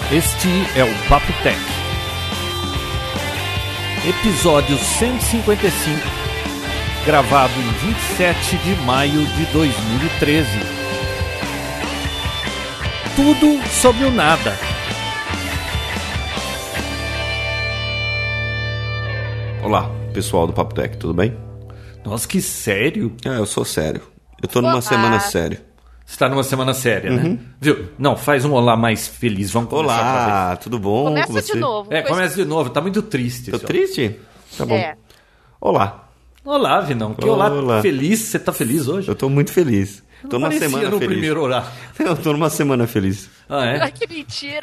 Este é o Papo Tech, episódio 155, gravado em 27 de maio de 2013. Tudo sobre o nada. Olá, pessoal do Papo Tech, tudo bem? Nossa, que sério. Eu sou sério. Eu tô numa semana séria. Você tá numa semana séria, né? Viu? Não, faz um olá mais feliz. Vamos começar outra Olá, vez. tudo bom Começa com você? de novo. Começa de novo. Tá muito triste. Tô triste? Tá bom. É. Olá, Olá, Vinão. Que olá feliz. Você tá feliz hoje? eu tô muito feliz. Tô Não numa parecia semana no feliz. primeiro olá. Eu tô numa semana feliz. Ah, é? Ai, que mentira.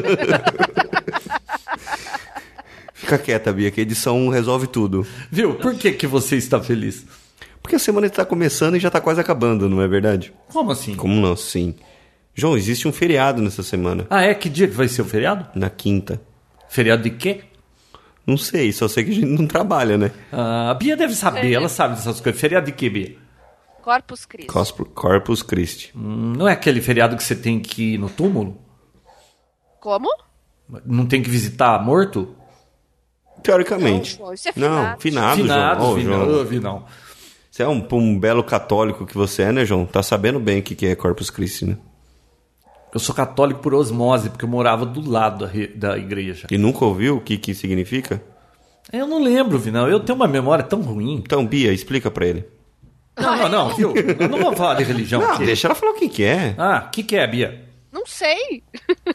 Fica quieta, Bia, que a edição resolve tudo. Viu? Por que você está feliz? Porque a semana está começando e já tá quase acabando, não é verdade? Como assim? Como não? Sim. João, existe um feriado nessa semana. Ah, é? Que dia que vai ser o feriado? Na quinta. Feriado de quê? Não sei, só sei que a gente não trabalha, né? Ah, a Bia deve saber, ela sabe dessas coisas. Feriado de quê, Bia? Corpus Christi. Corpus Christi. Não é aquele feriado que você tem que ir no túmulo? Como? Não tem que visitar morto? Teoricamente. Não, isso é Não, finado. finado, João. Ô, João. Vinão. Você é um belo católico que você é, né, João? Tá sabendo bem o que é Corpus Christi, né? Eu sou católico por osmose, porque eu morava do lado da igreja. E nunca ouviu o que significa? Eu não lembro, Vinão. Eu tenho uma memória tão ruim. Então, Bia, explica pra ele. Não, viu? Eu não vou falar de religião Não, aqui. deixa ela falar o que é. Ah, o que é, Bia? Não sei.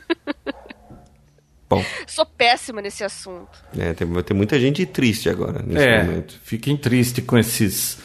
Bom, Sou péssima nesse assunto. vai ter muita gente triste agora, nesse momento. Fiquem tristes com esses...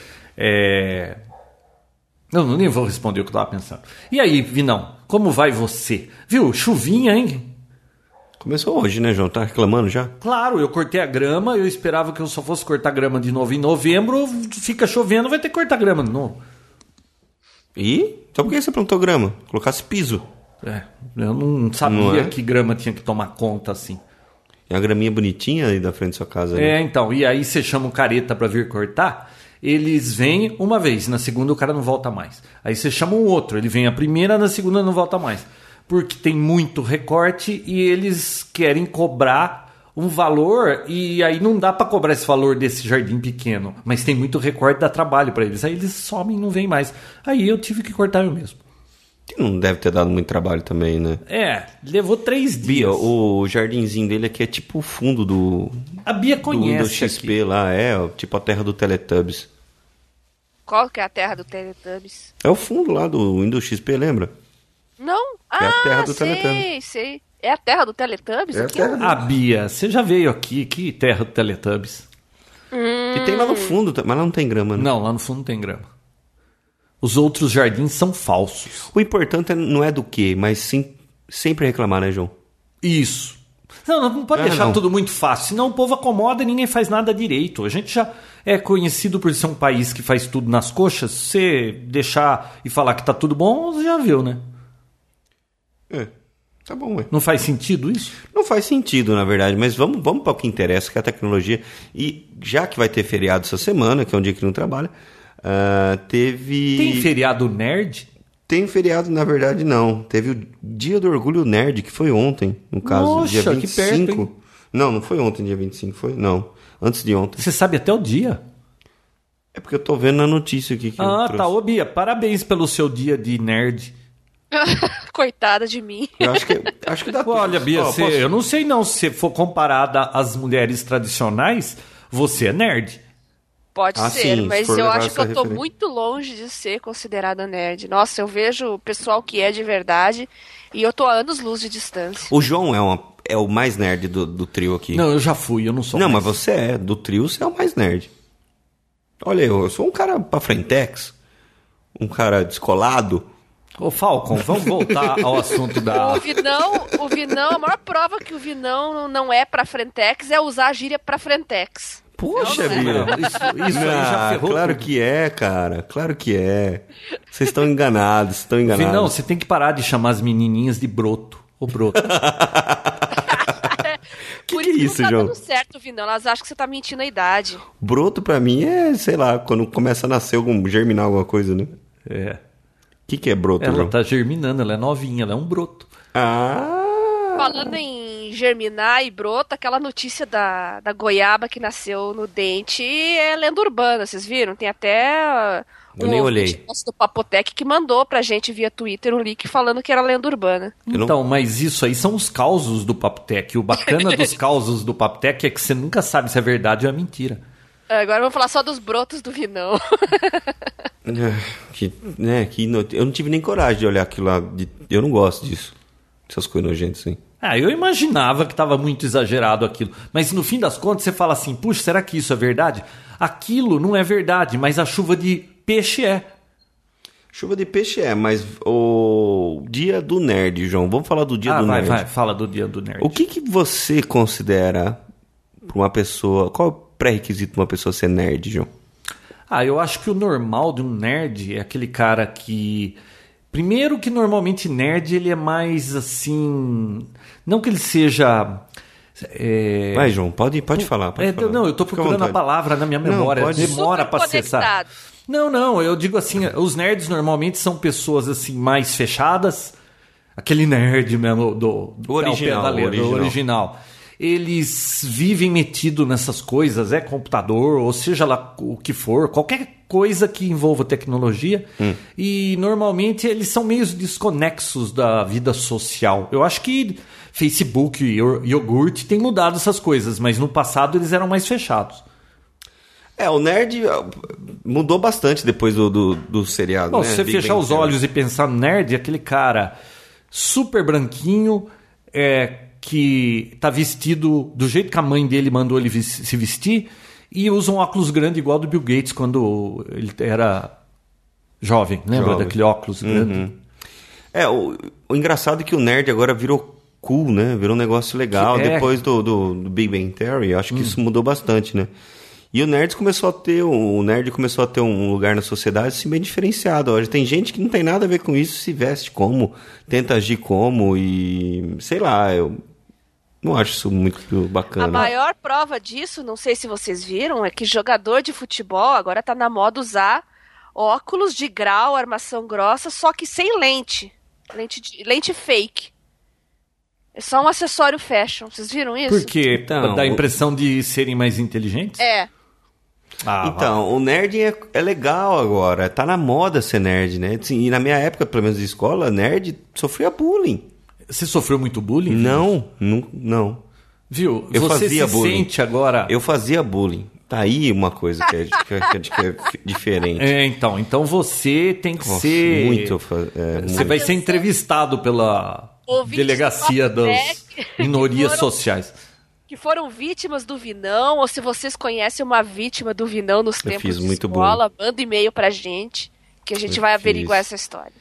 Eu nem vou responder o que eu tava pensando. E aí, Vinão, como vai você? Viu, chuvinha, hein? Começou hoje, né, João? Tá reclamando já? Claro, eu cortei a grama, eu esperava que eu só fosse cortar grama de novo em novembro, fica chovendo, vai ter que cortar grama de novo. E? Então por que você plantou grama? Colocasse piso. Eu não sabia Não é? que grama tinha que tomar conta assim. É uma graminha bonitinha aí da frente da sua casa. Né? Então, e aí você chama o careta pra vir cortar, eles vêm uma vez, na segunda o cara não volta mais. Aí você chama um outro, ele vem a primeira, na segunda não volta mais. Porque tem muito recorte e eles querem cobrar um valor e aí não dá pra cobrar esse valor desse jardim pequeno. Mas tem muito recorte, dá trabalho pra eles. Aí eles somem e não vêm mais. Aí eu tive que cortar eu mesmo. Não deve ter dado muito trabalho também, né? Levou 3 dias. Bia, o jardinzinho dele aqui é tipo o fundo do... A Bia do conhece Windows XP aqui. lá, tipo a terra do Teletubbies. Qual que é a terra do Teletubbies? É o fundo lá do Windows XP, lembra? Não? É a terra do sei, Teletubbies. sei. É a terra do Teletubbies? É a Aqui? terra do... Ah, Bia, você já veio aqui, que terra do Teletubbies. E tem lá no fundo, mas lá não tem grama, né? Não, lá no fundo não tem grama. Os outros jardins são falsos. O importante não é do que, mas sim sempre reclamar, né, João? Isso. Não pode deixar não. tudo muito fácil, senão o povo acomoda e ninguém faz nada direito. A gente já é conhecido por ser um país que faz tudo nas coxas. Se você deixar e falar que tá tudo bom, você já viu, né? Tá bom, ué. Não faz sentido isso? Não faz sentido, na verdade, mas vamos para o que interessa, que é a tecnologia. E já que vai ter feriado essa semana, que é um dia que não trabalha, teve... Tem feriado nerd? Tem feriado, na verdade, não. Teve o Dia do Orgulho Nerd, que foi ontem, no caso, Nossa, dia que 25. perto, hein? Não foi ontem, dia 25, foi? Não, antes de ontem. Você sabe até o dia. É porque eu tô vendo na notícia aqui que eu Tá. trouxe. Ô Bia, parabéns pelo seu dia de nerd. Coitada de mim. Eu acho que dá Olha, Bia, Ó, eu não sei não, se for comparada às mulheres tradicionais, você é nerd. Pode Ah, ser, sim, se mas for eu levar acho que essa eu tô referência. muito longe de ser considerada nerd. Nossa, eu vejo o pessoal que é de verdade e eu tô a anos-luz de distância. O João é o mais nerd do trio aqui. Não, eu já fui, eu não sou Não, mais. mas você é. Do trio, você é o mais nerd. Olha, eu sou um cara pra frentex. Um cara descolado. Ô, Falcon, vamos voltar ao assunto da... O Vinão, a maior prova que o Vinão não é pra Frentex é usar a gíria pra Frentex. Poxa, Não, Bia. Não, isso aí já ferrou claro tudo. que é, cara. Claro que é. Vocês estão enganados, Não, você tem que parar de chamar as menininhas de broto. Ô, broto. Por que é isso isso, não tá João? dando certo, Vinão. Elas acham que você tá mentindo a idade. Broto pra mim é, sei lá, quando começa a nascer, germinar alguma coisa, né? É. O que é broto, Ela João? tá germinando, ela é novinha, ela é um broto. Ah, Falando em germinar e brota, aquela notícia da goiaba que nasceu no dente é lenda urbana, vocês viram? Tem até Eu nem olhei. Do Papotec que mandou pra gente via Twitter um link falando que era lenda urbana. Então, mas isso aí são os causos do Papotec. O bacana dos causos do Papotec é que você nunca sabe se é verdade ou é mentira. Agora vamos falar só dos brotos do Vinão. Eu não tive nem coragem de olhar aquilo lá. Eu não gosto disso. Essas coisas nojentas, assim. Eu imaginava que estava muito exagerado aquilo. Mas no fim das contas você fala assim, puxa, será que isso é verdade? Aquilo não é verdade, mas a chuva de peixe é. Chuva de peixe mas o dia do nerd, João. Vamos falar do dia do nerd. Vai, fala do dia do nerd. O que você considera para uma pessoa... Qual é o pré-requisito para uma pessoa ser nerd, João? Eu acho que o normal de um nerd é aquele cara que... Primeiro que normalmente nerd ele é mais assim... Não que ele seja... Vai, João, pode falar. Pode falar. Não, eu estou procurando a palavra na minha memória. Demora para acessar. Não, eu digo assim, os nerds normalmente são pessoas assim mais fechadas. Aquele nerd mesmo do original. Eles vivem metido nessas coisas, computador, ou seja lá o que for, qualquer coisa que envolva tecnologia. E normalmente eles são meio desconexos da vida social. Eu acho que Facebook e iogurte tem mudado essas coisas, mas no passado eles eram mais fechados. O nerd mudou bastante depois do seriado. Bom, se você fechar os olhos e pensar no nerd, é aquele cara super branquinho, que tá vestido do jeito que a mãe dele mandou ele se vestir e usa um óculos grande igual do Bill Gates quando ele era jovem. Lembra daquele óculos grande? O engraçado é que o nerd agora virou cool, né? Virou um negócio legal. Depois do Big Bang Theory, acho que isso mudou bastante, né? E o nerd começou a ter um lugar na sociedade assim, bem diferenciado. Hoje tem gente que não tem nada a ver com isso, se veste como, tenta agir como e... Sei lá, eu não acho isso muito bacana. A maior prova disso, não sei se vocês viram, é que jogador de futebol agora tá na moda usar óculos de grau, armação grossa, só que sem lente. Lente fake. É só um acessório fashion. Vocês viram isso? Por quê? Dá a impressão de serem mais inteligentes? O nerd é legal agora. Tá na moda ser nerd, né? E na minha época, pelo menos de escola, nerd sofria bullying. Você sofreu muito bullying? Não. Viu? Eu você fazia se bullying. Sente agora... Eu fazia bullying. Tá aí uma coisa que é diferente. Então você tem que ser... Você vai ser entrevistado pela delegacia das minorias sociais. Que foram vítimas do Vinão, ou se vocês conhecem uma vítima do Vinão nos tempos de muito escola, bom. Manda e-mail pra gente, que a gente vai averiguar essa história.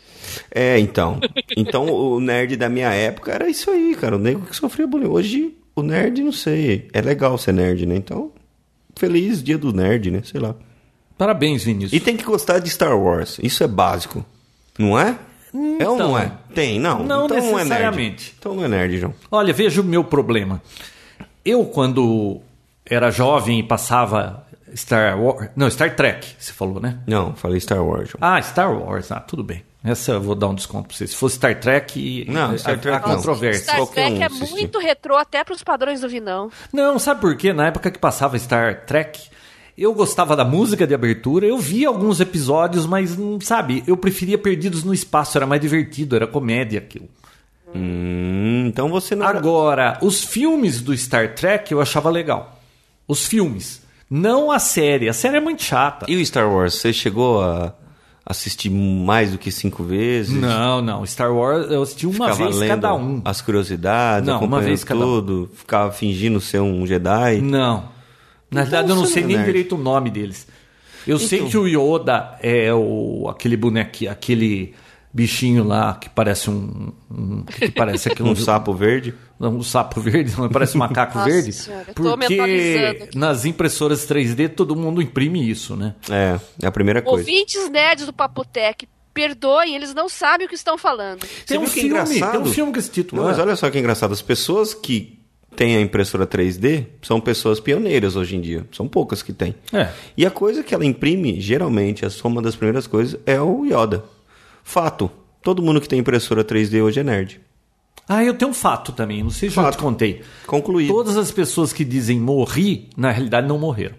Então o nerd da minha época era isso aí, cara. O nego que sofria bullying. Hoje o nerd, não sei, é legal ser nerd, né? Então, feliz dia do nerd, né? Sei lá. Parabéns, Vinícius. E tem que gostar de Star Wars. Isso é básico. Não é? É ou não é? Tem, não. Não então necessariamente. Então não é nerd, João. Olha, veja o meu problema. Eu, quando era jovem e passava Star Trek, você falou, né? Não, falei Star Wars, João. Star Wars. Tudo bem. Essa eu vou dar um desconto pra você. Se fosse Star Trek, Star Trek há controvérsia. Star Trek é muito retrô até pros padrões do Vinão. Não, sabe por quê? Na época que passava Star Trek, eu gostava da música de abertura, eu via alguns episódios, mas, sabe, eu preferia Perdidos no Espaço, era mais divertido, era comédia aquilo. Então você não... Agora, os filmes do Star Trek eu achava legal. Os filmes. Não a série. A série é muito chata. E o Star Wars? Você chegou a assistir mais do que 5 vezes? Não. Star Wars eu assisti uma vez cada um. As curiosidades, uma vez cada tudo, ficava fingindo ser um Jedi? Não. Na verdade eu não sei nem direito o nome deles. Eu sei que o Yoda é aquele bonequinho, aquele bichinho lá que parece que parece aquele um sapo verde? Não, um sapo verde, não parece um macaco verde. Senhora, porque nas impressoras 3D todo mundo imprime isso, né? É a primeira coisa. Ouvintes nerds do Papotec, perdoem, eles não sabem o que estão falando. Tem um filme com esse título. Não, mas olha só que engraçado. As pessoas que têm a impressora 3D são pessoas pioneiras hoje em dia. São poucas que têm. E a coisa que ela imprime, geralmente, uma das primeiras coisas, é o Yoda. Fato. Todo mundo que tem impressora 3D hoje é nerd. Eu tenho um fato também, não sei se eu te contei. Concluído. Todas as pessoas que dizem morri, na realidade não morreram.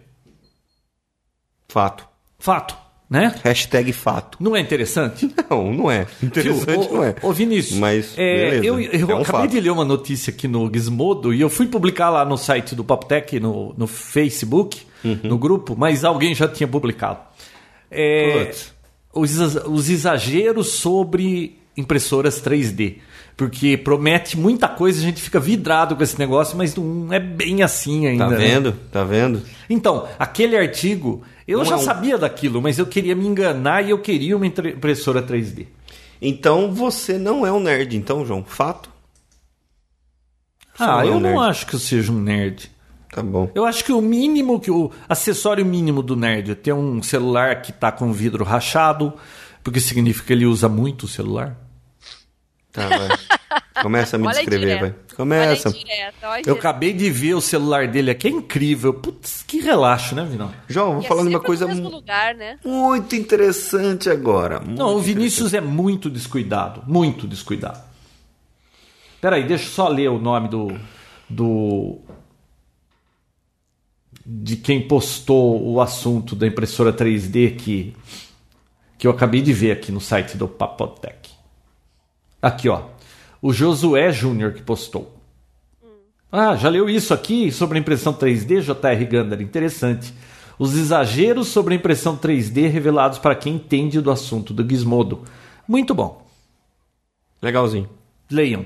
Fato. Fato, né? Hashtag fato. Não é interessante? Não é. Interessante não é. Ô Vinícius, mas beleza, eu acabei de ler uma notícia aqui no Gizmodo e eu fui publicar lá no site do Papotec, no Facebook, no grupo, mas alguém já tinha publicado. Os exageros sobre impressoras 3D. Porque promete muita coisa, a gente fica vidrado com esse negócio, mas não é bem assim ainda. Tá vendo? Então, aquele artigo, eu já sabia daquilo, mas eu queria me enganar e eu queria uma impressora 3D. Então você não é um nerd, então, João? Fato? Eu não acho que eu seja um nerd. Tá bom. Eu acho que o acessório mínimo do nerd é ter um celular que tá com vidro rachado, porque significa que ele usa muito o celular. Tá, vai. Começa a me descrever, vai. Começa. Eu acabei de ver o celular dele aqui, é incrível. Putz, que relaxo, né, Vinão? João, vou falar de uma coisa lugar, né? muito interessante agora. O Vinícius é muito descuidado. Muito descuidado. Peraí, deixa eu só ler o nome de quem postou o assunto da impressora 3D que eu acabei de ver aqui no site do Papotec. Aqui, ó. O Josué Júnior que postou. Já leu isso aqui sobre a impressão 3D, J.R. Gander? Interessante. Os exageros sobre a impressão 3D revelados para quem entende do assunto do Gizmodo. Muito bom. Legalzinho. Leiam.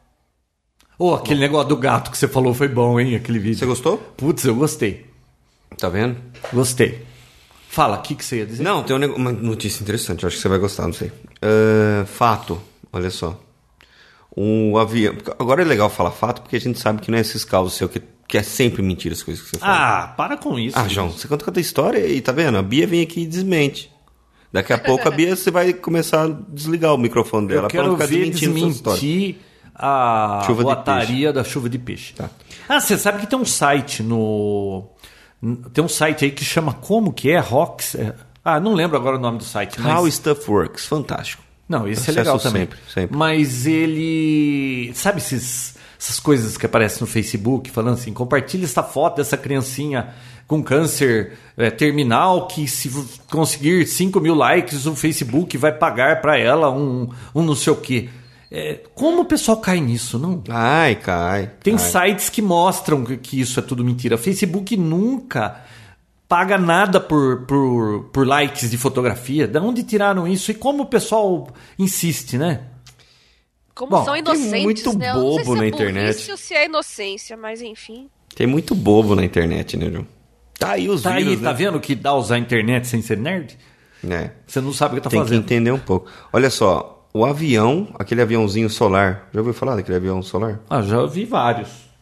Aquele negócio do gato que você falou foi bom, hein? Aquele vídeo. Você gostou? Putz, eu gostei. Tá vendo? Gostei. Fala, o que você ia dizer? Não, tem uma notícia interessante. Eu acho que você vai gostar, não sei. Fato. Olha só. Um avião. Agora é legal falar fato, porque a gente sabe que não é esses causos seu que é sempre mentira as coisas que você fala. Para com isso. João, você conta cada história e tá vendo? A Bia vem aqui e desmente. Daqui a pouco a Bia você vai começar a desligar o microfone dela para não ficar desmentir a boataria da chuva de peixe. Tá. Você sabe que tem um site tem um site aí que chama como que é? Rocks? Não lembro agora o nome do site. How Stuff Works. Fantástico. Não, esse é legal também. Sempre. Mas ele... Sabe essas coisas que aparecem no Facebook falando assim, compartilha essa foto dessa criancinha com câncer terminal que se conseguir 5 mil likes o Facebook vai pagar para ela um não sei o quê. Como o pessoal cai nisso, não? Cai. Tem sites que mostram que isso é tudo mentira. O Facebook nunca paga nada por likes de fotografia. De onde tiraram isso? E como o pessoal insiste, né? Como são inocentes, tem muito né? bobo não sei se na é internet. Ou se é inocência, mas enfim. Tem muito bobo na internet, né, João? Tá aí os vírus, tá vendo que dá usar a internet sem ser nerd? Você não sabe o que tá fazendo. Tem que entender um pouco. Olha só, o avião, aquele aviãozinho solar. Já ouviu falar daquele avião solar? Já ouvi vários.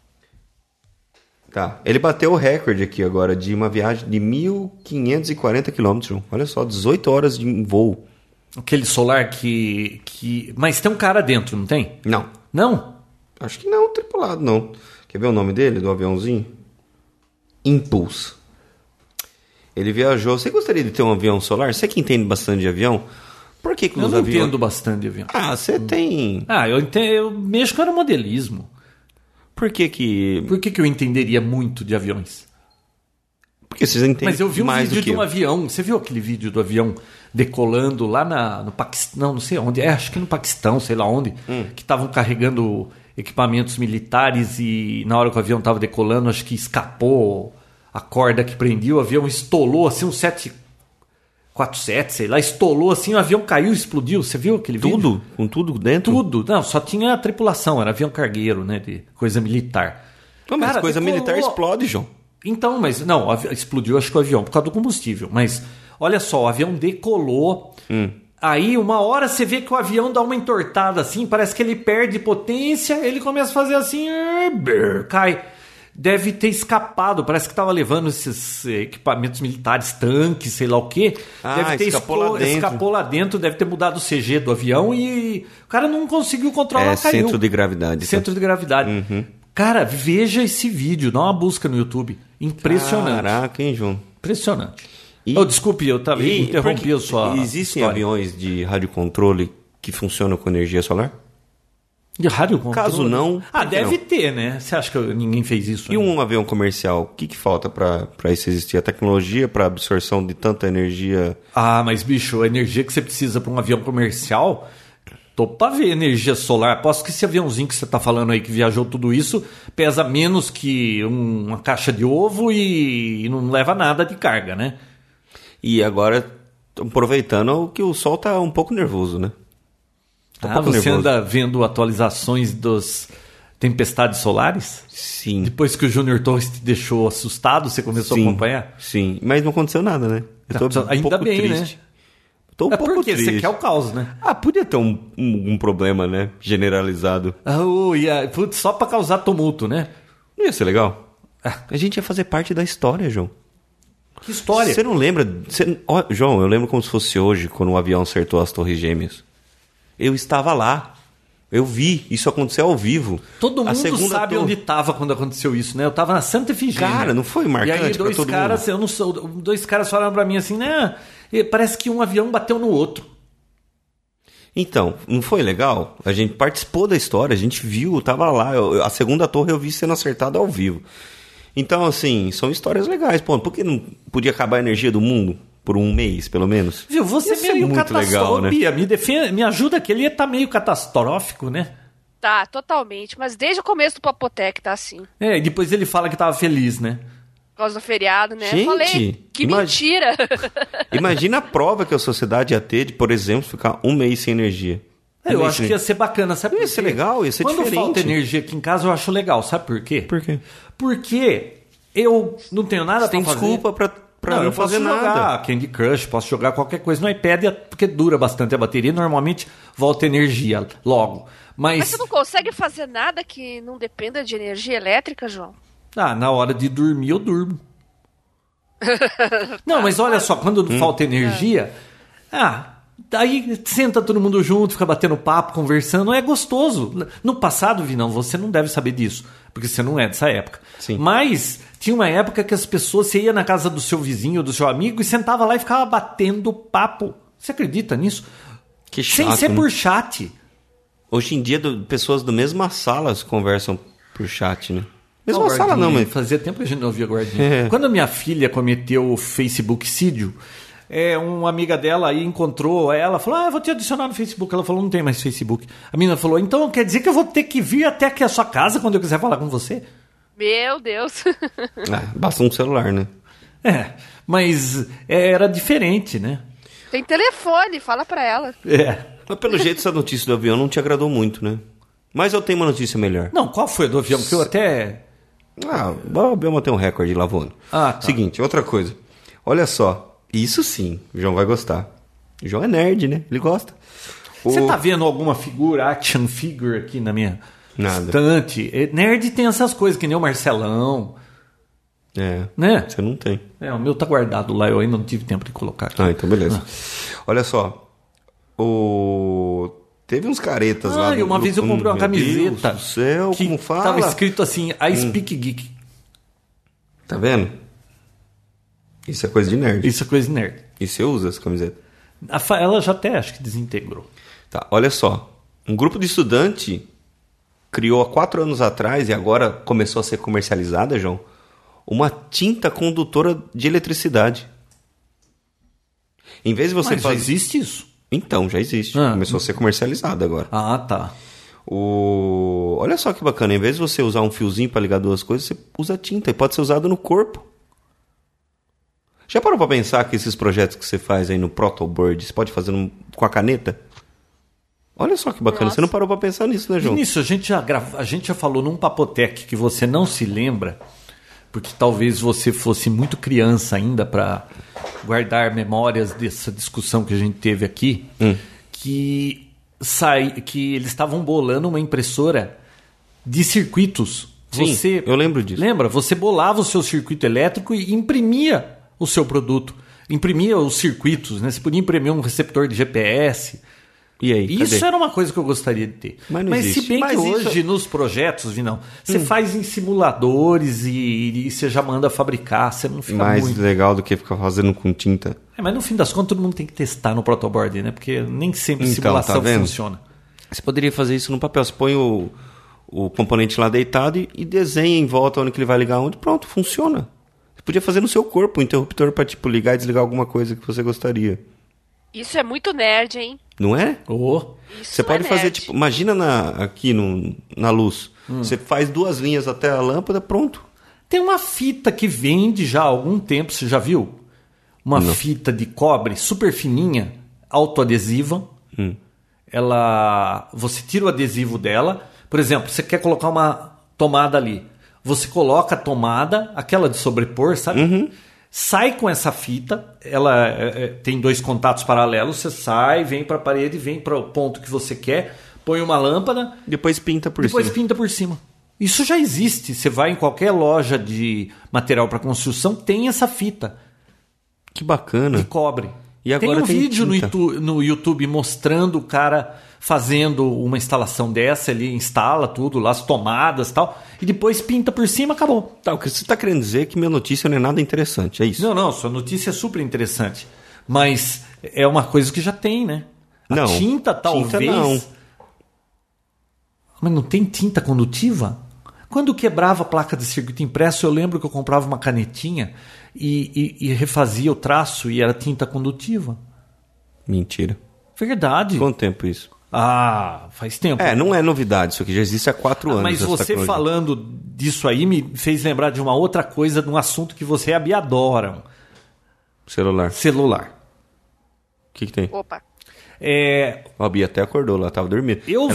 Tá. Ele bateu o recorde aqui agora de uma viagem de 1.540 km. Olha só, 18 horas de voo. Aquele solar que... Mas tem um cara dentro, não tem? Não. Não? Acho que não, tripulado não. Quer ver o nome dele, do aviãozinho? Impulse. Ele viajou... Você gostaria de ter um avião solar? Você que entende bastante de avião? Por que eu não entendo bastante de avião. Você tem... Eu mexo com aeromodelismo. Por que eu entenderia muito de aviões? Porque vocês entendem mais. Mas eu vi um vídeo de um avião. Você viu aquele vídeo do avião decolando lá no Paquistão? Não sei onde. Acho que no Paquistão, sei lá onde. Que estavam carregando equipamentos militares e na hora que o avião estava decolando, acho que escapou a corda que prendia. O avião estolou assim, um 747, sei lá. Estolou assim, o avião caiu e explodiu. Você viu aquele vídeo? Tudo? Com tudo dentro? Tudo. Não, só tinha a tripulação. Era avião cargueiro, né? De coisa militar. Mas coisa militar explode, João. Então, mas não, explodiu acho que o avião por causa do combustível. Mas olha só, o avião decolou. Aí uma hora você vê que o avião dá uma entortada assim, parece que ele perde potência, ele começa a fazer assim, cai. Deve ter escapado, parece que estava levando esses equipamentos militares, tanques, sei lá o quê. Deve ter escapou lá dentro, deve ter mudado o CG do avião e o cara não conseguiu controlar, caiu. Centro de gravidade. Centro de gravidade. Cara, veja esse vídeo, dá uma busca no YouTube. Impressionante. Caraca, hein, João? Impressionante. Desculpe, eu interrompi a sua Existem história. aviões de radiocontrole que funcionam com energia solar? De rádio controle? Caso não... deve ter, né? Você acha que ninguém fez isso? E um avião comercial? O que falta para isso existir? A tecnologia para absorção de tanta energia? Mas bicho, a energia que você precisa para um avião comercial... Tô pra ver energia solar. Aposto que esse aviãozinho que você tá falando aí, que viajou tudo isso, pesa menos que uma caixa de ovo e não leva nada de carga, né? E agora, aproveitando que o sol tá um pouco nervoso, né? Você anda vendo atualizações das tempestades solares? Sim. Depois que o Júnior Torres te deixou assustado, você começou a acompanhar? Sim, mas não aconteceu nada, né? Eu tô ainda pouco bem, triste. né? Tô um pouco porque triste. você quer o caos, né? Podia ter um problema, né? Generalizado. Só pra causar tumulto, né? Não ia ser legal? A gente ia fazer parte da história, João. Que história? Você não lembra... João, eu lembro como se fosse hoje, quando o avião acertou as Torres Gêmeas. Eu estava lá. Eu vi. Isso aconteceu ao vivo. Todo mundo sabe onde estava quando aconteceu isso, né? Eu estava na Santa Efigênia. Cara, não foi marcante? E aí dois caras falaram pra mim assim, né? Parece que um avião bateu no outro. Então, não foi legal? A gente participou da história, a gente viu, tava lá. A segunda torre eu vi sendo acertada ao vivo. Então, assim, são histórias legais. Pô, por que não podia acabar a energia do mundo? Por um mês, pelo menos. Viu, você é meio catastrófico, né? Bia, me ajuda que ele ia estar meio catastrófico, né? Tá, totalmente. Mas desde o começo do Papotec tá assim. E depois ele fala que tava feliz, né? Por causa do feriado, né? Gente, falei, que mentira! Imagina a prova que a sociedade ia ter de, por exemplo, ficar um mês sem energia. Eu acho que ia ser bacana, sabe por quê? Ia ser legal, ia ser diferente. Quando falta energia aqui em casa, eu acho legal, sabe por quê? Por quê? Porque eu não tenho nada pra fazer. Tem desculpa pra não fazer nada. Eu posso jogar Candy Crush, posso jogar qualquer coisa no iPad, porque dura bastante a bateria, normalmente volta energia logo. Mas você não consegue fazer nada que não dependa de energia elétrica, João? Na hora de dormir eu durmo. Não, mas olha só, quando falta energia, daí senta todo mundo junto, fica batendo papo, conversando, é gostoso. No passado, Vinão, você não deve saber disso, porque você não é dessa época. Sim. Mas tinha uma época que as pessoas, você ia na casa do seu vizinho, do seu amigo, e sentava lá e ficava batendo papo. Você acredita nisso? Que chato, sem ser por chat. Hoje em dia, pessoas da mesma sala conversam por chat, né? Mesma sala não, mas... Fazia tempo que a gente não ouvia Guardinha. Quando a minha filha cometeu o Facebookcídio, uma amiga dela aí encontrou ela, falou, eu vou te adicionar no Facebook. Ela falou, não tem mais Facebook. A menina falou, então quer dizer que eu vou ter que vir até aqui a sua casa quando eu quiser falar com você? Meu Deus. Basta um celular, né? Mas era diferente, né? Tem telefone, fala pra ela. Mas pelo jeito essa notícia do avião não te agradou muito, né? Mas eu tenho uma notícia melhor. Não, qual foi a do avião? Que eu até... o avião tem um recorde lá voando. Tá. Seguinte, outra coisa. Olha só, isso sim, o João vai gostar. O João é nerd, né? Ele gosta. Você tá vendo alguma figura, action figure aqui na minha estante? Nerd tem essas coisas, que nem o Marcelão. Né? Você não tem. O meu tá guardado lá, eu ainda não tive tempo de colocar aqui. Então beleza. Olha só, teve uns caretas lá. Uma vez eu comprei uma camiseta. Deus do céu, que como fala? Tava escrito assim, I Speak Geek. Tá vendo? Isso é coisa de nerd. Isso é coisa de nerd. E você usa essa camiseta? Ela já até acho que desintegrou. Tá, olha só. Um grupo de estudante criou há 4 anos atrás, e agora começou a ser comercializada, João, uma tinta condutora de eletricidade. Em vez de você já existe isso? Então, já existe. Começou a ser comercializada agora. Tá. Olha só que bacana. Em vez de você usar um fiozinho para ligar duas coisas, você usa tinta. E pode ser usado no corpo. Já parou para pensar que esses projetos que você faz aí no Protoboard, você pode fazer com a caneta? Olha só que bacana. Nossa. Você não parou para pensar nisso, né, João? Nisso, a gente já falou num Papotec que você não se lembra, porque talvez você fosse muito criança ainda para guardar memórias dessa discussão que a gente teve aqui, que eles estavam bolando uma impressora de circuitos. Sim, eu lembro disso. Lembra? Você bolava o seu circuito elétrico e imprimia o seu produto. Imprimia os circuitos, né? Você podia imprimir um receptor de GPS. E aí, isso era uma coisa que eu gostaria de ter. Mas se bem que hoje nos projetos, Vinão, você faz em simuladores e você já manda fabricar, você não fica mais legal do que ficar fazendo com tinta. Mas no fim das contas todo mundo tem que testar no protoboard, né? Porque nem sempre simulação funciona. Você poderia fazer isso no papel. Você põe o componente lá deitado e desenha em volta onde que ele vai ligar onde. Pronto, funciona. Você podia fazer no seu corpo um interruptor para tipo, ligar e desligar alguma coisa que você gostaria. Isso é muito nerd, hein? Não é? Isso você pode fazer, nerd. tipo, imagina aqui na luz. Você faz 2 linhas até a lâmpada, pronto. Tem uma fita que vende já há algum tempo, você já viu? Uma fita de cobre super fininha, autoadesiva. Você tira o adesivo dela. Por exemplo, você quer colocar uma tomada ali. Você coloca a tomada, aquela de sobrepor, sabe? Sai com essa fita, ela tem 2 contatos paralelos, você sai, vem para a parede, vem para o ponto que você quer, põe uma lâmpada... Depois pinta por cima. Isso já existe, você vai em qualquer loja de material para construção, tem essa fita. Que bacana. De cobre. E agora tem um vídeo tinta. no YouTube mostrando o cara fazendo uma instalação dessa, ele instala tudo lá, as tomadas e tal, e depois pinta por cima, acabou. Tá, o que você está querendo dizer é que minha notícia não é nada interessante, é isso? Não, sua notícia é super interessante, mas é uma coisa que já tem, né? Não. Tinta talvez... Tinta não. Mas não tem tinta condutiva? Quando quebrava a placa de circuito impresso, eu lembro que eu comprava uma canetinha e refazia o traço e era tinta condutiva. Mentira. Verdade. Quanto tempo isso? Faz tempo. Não é novidade, isso aqui já existe há 4 anos. Mas você falando disso aí me fez lembrar de uma outra coisa, de um assunto que você e a Bia adoram. Celular. O que tem? Opa. A Bia até acordou lá, tava dormindo. Eu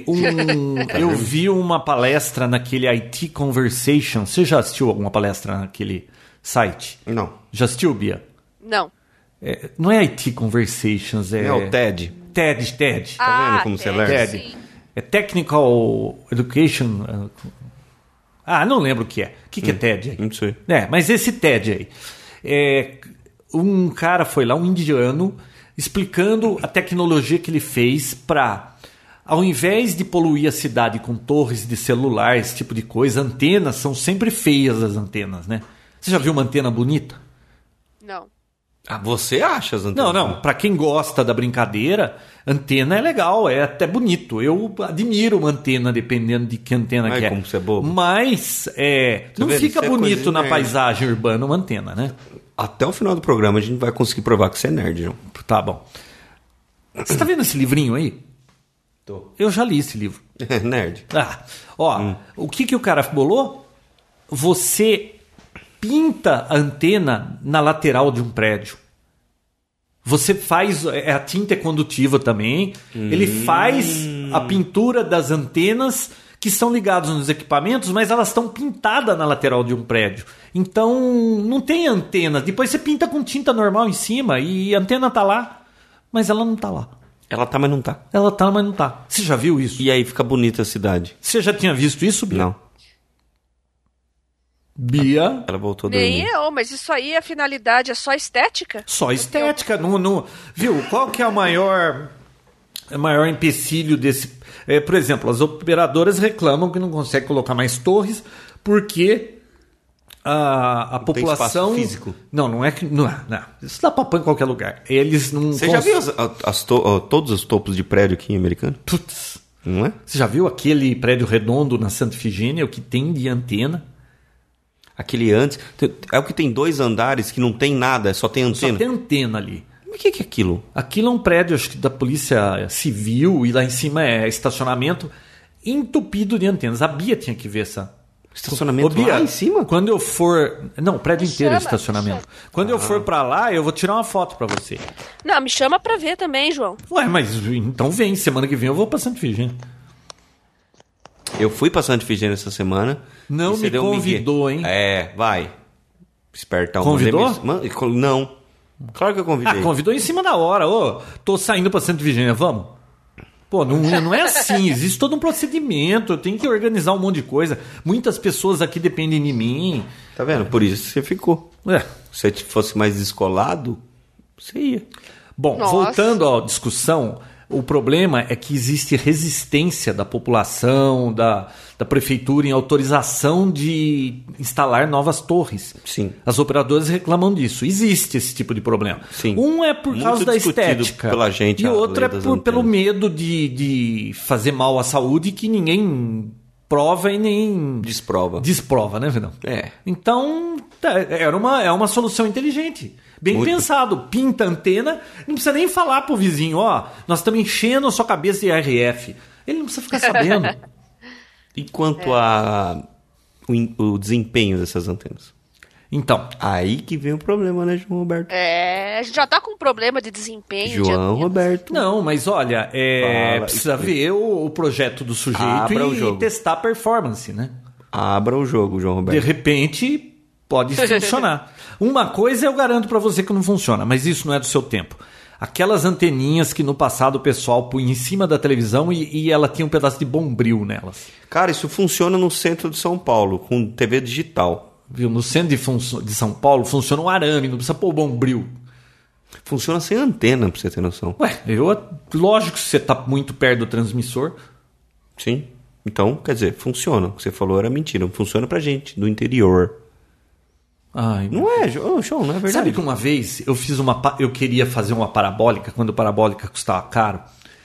vi uma palestra naquele IT Conversation. Você já assistiu alguma palestra naquele site? Não. Já assistiu, Bia? Não. Não é IT Conversations, é o TED. TED. Tá vendo como você lerda? TED. É Technical Education. Não lembro o que é. O que é TED aí? Não sei. Mas esse TED aí. Um cara foi lá, um indiano, explicando a tecnologia que ele fez para, ao invés de poluir a cidade com torres de celular, esse tipo de coisa, antenas são sempre feias as antenas, né? Você já viu uma antena bonita? Não. Você acha as antenas? Não. Para quem gosta da brincadeira, antena é legal, é até bonito. Eu admiro uma antena, dependendo de que antena que é. Como você é bobo. Mas não fica bonito na paisagem urbana uma antena, né? Até o final do programa a gente vai conseguir provar que você é nerd, João. Tá bom. Você tá vendo esse livrinho aí? Tô. Eu já li esse livro. Nerd. O que o cara bolou? Você pinta a antena na lateral de um prédio. Você faz... A tinta é condutiva também. Ele faz a pintura das antenas que são ligadas nos equipamentos, mas elas estão pintadas na lateral de um prédio. Então, não tem antena. Depois você pinta com tinta normal em cima e a antena tá lá, mas ela não tá lá. Ela tá, mas não tá. Ela tá, mas não tá. Você já viu isso? E aí fica bonita a cidade. Você já tinha visto isso, Bia? Não. Bia? Ela voltou a dormir. Nem eu, mas isso aí, a finalidade é só estética? Só estética. Viu? Qual que é o maior empecilho desse... por exemplo, as operadoras reclamam que não conseguem colocar mais torres porque a população... Tem espaço físico? Não é que... Não. Isso dá pra pôr em qualquer lugar. Eles não... Você já viu todos os topos de prédio aqui em Americana? Putz. Não é? Você já viu aquele prédio redondo na Santa Efigênia, o que tem de antena? Aquele antes... É o que tem 2 andares que não tem nada, só tem antena? Só tem antena ali. Mas o que é aquilo? Aquilo é um prédio, acho que da Polícia Civil, e lá em cima é estacionamento entupido de antenas. A Bia tinha que ver essa... Estacionamento Bia, lá em cima? Quando eu for... Não, o prédio inteiro é estacionamento. Me Quando eu for pra lá, eu vou tirar uma foto pra você. Não, me chama pra ver também, João. Ué, mas então vem. Semana que vem eu vou pra Santa Efigênia. Eu fui pra Santa Efigênia essa semana. Não me convidou, hein? Vai. Espertão. Convidou? Não. Claro que eu convidei. Convidou em cima da hora. Tô saindo pra Santa Efigênia, vamos? Pô, não é assim. Existe todo um procedimento. Eu tenho que organizar um monte de coisa. Muitas pessoas aqui dependem de mim. Tá vendo? Por isso você ficou. Se você fosse mais descolado, você ia. Bom, voltando à discussão, O problema é que existe resistência da população, da prefeitura em autorização de instalar novas torres. Sim. As operadoras reclamam disso. Existe esse tipo de problema. Sim. Um é por causa da estética. Pela gente, e o outro é pelo medo de fazer mal à saúde que ninguém prova e nem... Desprova, né, Vidão? É. Então, é uma solução inteligente. Bem pensado. Pinta a antena, não precisa nem falar pro vizinho, nós estamos enchendo a sua cabeça de RF. Ele não precisa ficar sabendo. E quanto o desempenho dessas antenas? Então. Aí que vem o problema, né, João Roberto? A gente já tá com um problema de desempenho. João Roberto. Não, mas olha, precisa ver o projeto do sujeito e testar a performance, né? Abra o jogo, João Roberto. De repente, pode funcionar. Uma coisa eu garanto pra você que não funciona, mas isso não é do seu tempo. Aquelas anteninhas que no passado o pessoal punha em cima da televisão e ela tinha um pedaço de bombril nelas. Cara, isso funciona no centro de São Paulo, com TV digital. Viu? No centro de São Paulo funciona um arame, não precisa pôr bombril. Funciona sem antena, pra você ter noção. Lógico que você tá muito perto do transmissor. Sim. Então, quer dizer, funciona. O que você falou era mentira. Funciona pra gente, do interior. Ai, não é, João, não é verdade. Sabe que uma vez eu queria fazer uma parabólica, quando a parabólica custava caro,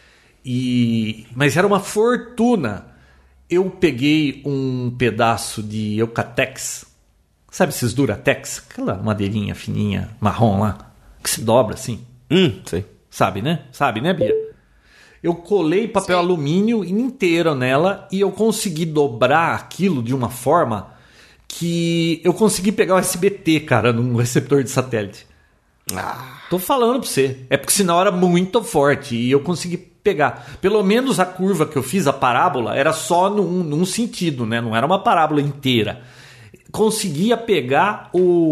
mas era uma fortuna. Eu peguei um pedaço de Eucatex, sabe esses Duratex? Aquela madeirinha fininha, marrom lá, que se dobra assim. Sei. Sabe, né, Bia? Eu colei papel alumínio inteiro nela e eu consegui dobrar aquilo de uma forma que eu consegui pegar o SBT, cara, num receptor de satélite. Tô falando pra você. É porque senão era muito forte e eu consegui pegar. Pelo menos a curva que eu fiz, a parábola, era só num sentido, né? Não era uma parábola inteira. Conseguia pegar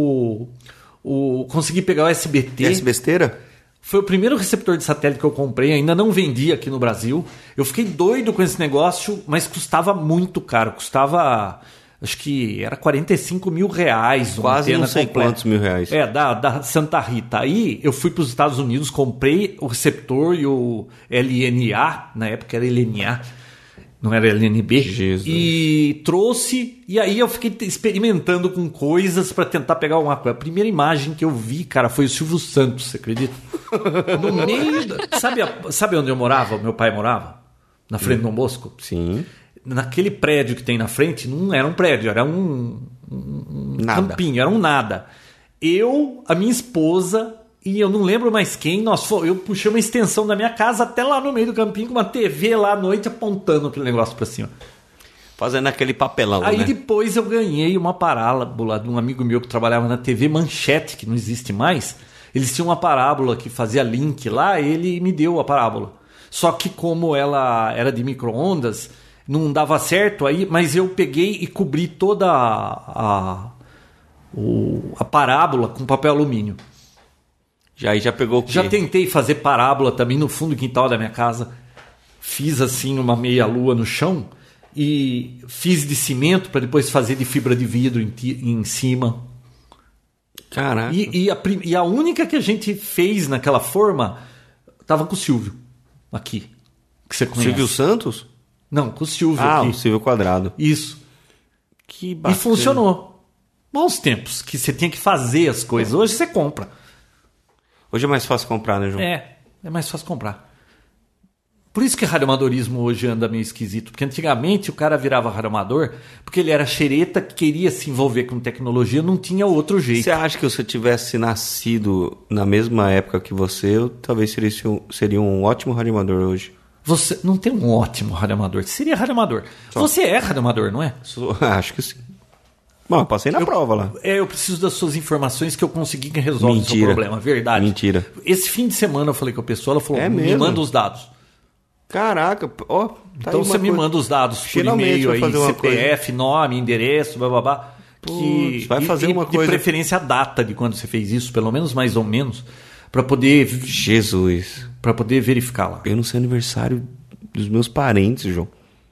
consegui pegar o SBT. S-besteira? Foi o primeiro receptor de satélite que eu comprei, ainda não vendi aqui no Brasil. Eu fiquei doido com esse negócio, mas custava muito caro. Custava... Acho que era 45 mil reais. Quase não sei quantos mil reais. Da Santa Rita. Aí eu fui para os Estados Unidos, comprei o receptor e o LNA, na época era LNA, não era LNB. Jesus. E trouxe, e aí eu fiquei experimentando com coisas para tentar pegar alguma coisa. A primeira imagem que eu vi, cara, foi o Silvio Santos, você acredita? No meio... Sabe onde eu morava? Meu pai morava? Na frente do Dom Bosco? Sim. Naquele prédio que tem na frente, não era um prédio, era um campinho, era um nada. A minha esposa e eu não lembro mais quem, eu puxei uma extensão da minha casa até lá no meio do campinho com uma TV lá à noite apontando aquele negócio pra cima. Fazendo aquele papelão, Aí né? depois eu ganhei uma parábola de um amigo meu que trabalhava na TV Manchete, que não existe mais. Eles tinham uma parábola que fazia link lá, ele me deu a parábola. Só que como ela era de micro-ondas, não dava certo aí, mas eu peguei e cobri toda a parábola com papel alumínio. Aí já pegou o quê? Já tentei fazer parábola também no fundo do quintal da minha casa. Fiz assim uma meia-lua no chão e fiz de cimento para depois fazer de fibra de vidro em cima. Caraca. E a única que a gente fez naquela forma estava com o Silvio aqui, que você conhece. Silvio Santos? Não, com o Silvio aqui. O Silvio Quadrado. Isso. Que bacana. E funcionou. Bons tempos que você tinha que fazer as coisas. Hoje você compra. Hoje é mais fácil comprar, né, João? É mais fácil comprar. Por isso que radioamadorismo hoje anda meio esquisito. Porque antigamente o cara virava radioamador porque ele era xereta, que queria se envolver com tecnologia, não tinha outro jeito. Você acha que se eu tivesse nascido na mesma época que você, eu talvez seria um ótimo radioamador hoje? Você não tem um ótimo radioamador. Você seria radioamador. Você é radioamador, não é? Acho que sim. Bom, eu passei na prova lá. Eu preciso das suas informações que eu consegui que resolve o seu problema. Verdade. Mentira. Esse fim de semana eu falei com a pessoa, ela falou, me manda os dados. Caraca, ó. Então você me manda os dados por e-mail aí, CPF, nome, endereço, bababá. Vai fazer uma coisa. De preferência a data de quando você fez isso, pelo menos mais ou menos, para poder... Jesus. Para poder verificar lá. Eu não sei aniversário dos meus parentes, João.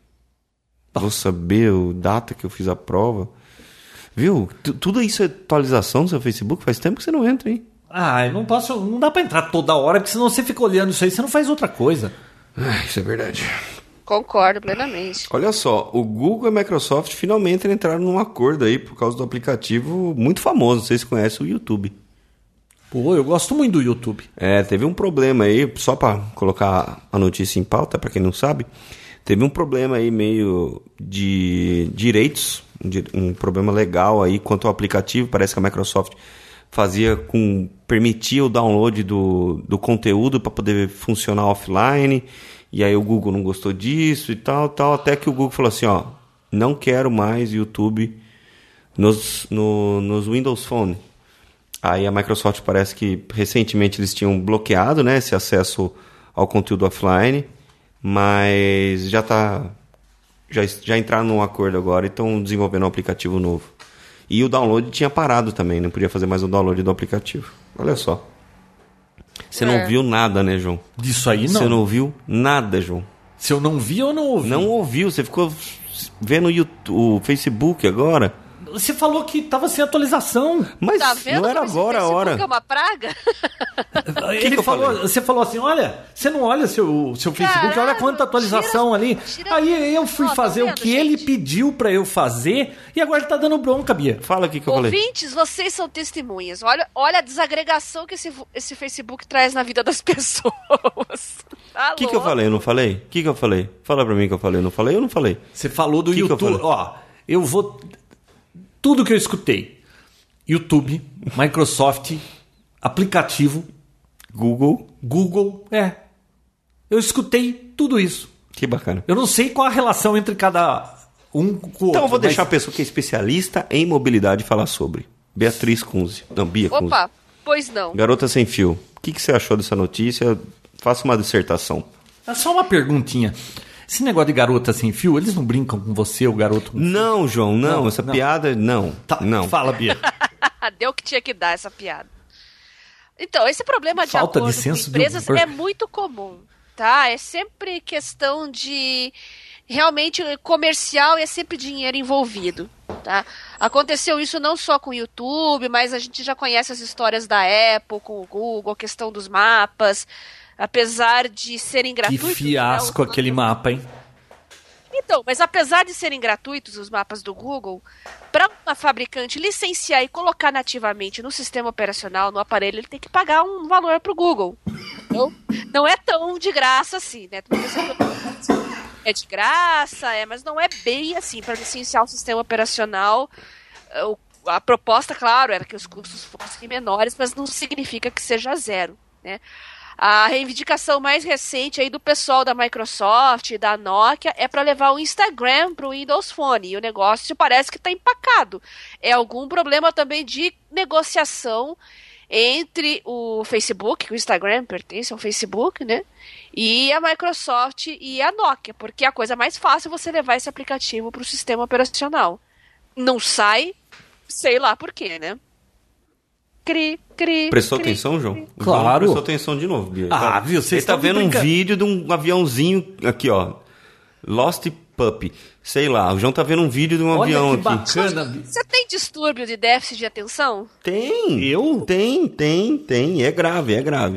Vou saber a data que eu fiz a prova. Viu? Tudo isso é atualização no seu Facebook? Faz tempo que você não entra, hein? Eu não posso... Não dá pra entrar toda hora, porque senão você fica olhando isso aí, você não faz outra coisa. Isso é verdade. Concordo plenamente. Olha só, o Google e a Microsoft finalmente entraram num acordo aí por causa do aplicativo muito famoso. Vocês conhecem o YouTube. Pô, eu gosto muito do YouTube. Teve um problema aí, só para colocar a notícia em pauta, para quem não sabe, teve um problema aí meio de direitos, um problema legal aí quanto ao aplicativo. Parece que a Microsoft permitia o download do conteúdo para poder funcionar offline, e aí o Google não gostou disso e tal, até que o Google falou assim, ó, não quero mais YouTube nos Windows Phone. Aí a Microsoft parece que recentemente eles tinham bloqueado, né, esse acesso ao conteúdo offline, mas já entraram num acordo agora e estão desenvolvendo um aplicativo novo. E o download tinha parado também, não podia fazer mais o download do aplicativo. Olha só. Você não viu nada, né, João? Disso aí não. Você não viu nada, João. Se eu não vi, eu não ouvi. Não ouviu, você ficou vendo o Facebook agora. Você falou que tava sem atualização. Mas tá vendo, não era agora a hora. É uma praga? Ele falou, você falou assim, olha, você não olha seu Facebook, olha quanta atualização ali. Aí eu fui fazer o que ele pediu pra eu fazer e agora ele tá dando bronca, Bia. Fala aqui que eu falei. Ouvintes, vocês são testemunhas. Olha a desagregação que esse Facebook traz na vida das pessoas. O que eu falei? Eu não falei? O que eu falei? Fala pra mim que eu falei. Eu não falei ou não falei? Você falou do YouTube. Ó, eu vou... Tudo que eu escutei. YouTube, Microsoft, aplicativo, Google. Eu escutei tudo isso. Que bacana. Eu não sei qual a relação entre cada um com o outro. Então eu vou deixar a pessoa que é especialista em mobilidade falar sobre. Beatriz Kunze. Não, Bia Kunze. Opa, pois não. Garota Sem Fio. O que você achou dessa notícia? Faça uma dissertação. É só uma perguntinha. Esse negócio de garota sem fio, eles não brincam com você, o garoto com Não, João, não. Essa piada, não. Não. Fala, Bia. Deu que tinha que dar essa piada. Então, esse problema de Falta acordo de senso com empresas é muito comum, tá? É sempre questão de... Realmente, comercial e é sempre dinheiro envolvido, tá? Aconteceu isso não só com o YouTube, mas a gente já conhece as histórias da Apple, com o Google, a questão dos mapas... Apesar de serem gratuitos... Que fiasco aquele mapa, hein? Então, mas apesar de serem gratuitos os mapas do Google, para uma fabricante licenciar e colocar nativamente no sistema operacional, no aparelho, ele tem que pagar um valor para o Google. Então, não é tão de graça assim, né? É de graça, mas não é bem assim. Para licenciar o sistema operacional, a proposta, claro, era que os custos fossem menores, mas não significa que seja zero, né? A reivindicação mais recente aí do pessoal da Microsoft e da Nokia é para levar o Instagram para o Windows Phone. E o negócio parece que está empacado. É algum problema também de negociação entre o Facebook, que o Instagram pertence ao Facebook, né? E a Microsoft e a Nokia. Porque é a coisa mais fácil é você levar esse aplicativo para o sistema operacional. Não sai, sei lá por quê, né? Prestou atenção, João? Claro. Prestou atenção de novo, Bia. Viu? Você está vendo um vídeo de um aviãozinho aqui, ó. Lost Puppy. Sei lá, o João tá vendo um vídeo de um avião aqui. Bacana. Você tem distúrbio de déficit de atenção? Tem. Eu? Tem. É grave.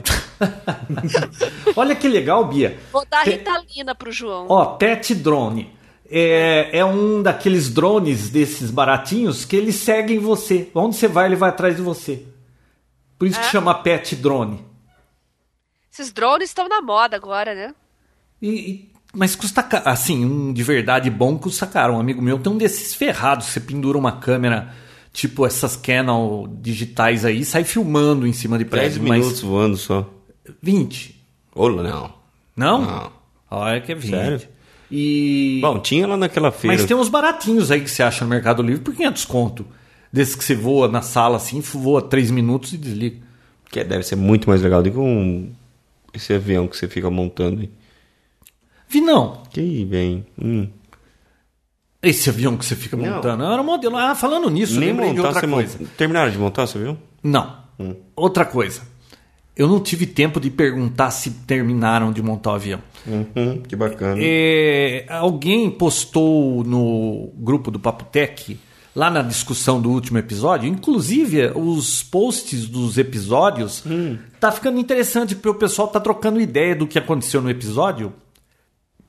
Olha que legal, Bia. Vou dar Ritalina pro João. Ó, Pet Drone. É um daqueles drones desses baratinhos que eles seguem você. Onde você vai, ele vai atrás de você. Por isso que chama Pet Drone. Esses drones estão na moda agora, né? Mas custa caro. Assim, um de verdade bom custa caro. Um amigo meu tem um desses ferrados. Você pendura uma câmera, tipo essas Canon digitais aí, sai filmando em cima de prédio. 10 minutos voando só. 20. Olha, não. Não? Olha que é 20. Sério? Bom, tinha lá naquela feira. Mas tem uns baratinhos aí que você acha no Mercado Livre por 500 conto. Desses que você voa na sala assim, voa 3 minutos e desliga. Que deve ser muito mais legal do que esse avião que você fica montando. Vi não. Que bem. Esse avião que você fica montando. Era um modelo. Falando nisso, nem lembrei de montar, outra coisa. Terminaram de montar, você viu? Não. Outra coisa. Eu não tive tempo de perguntar se terminaram de montar o avião. Que bacana. Alguém postou no grupo do Papo Tech, lá na discussão do último episódio, inclusive os posts dos episódios, tá ficando interessante porque o pessoal tá trocando ideia do que aconteceu no episódio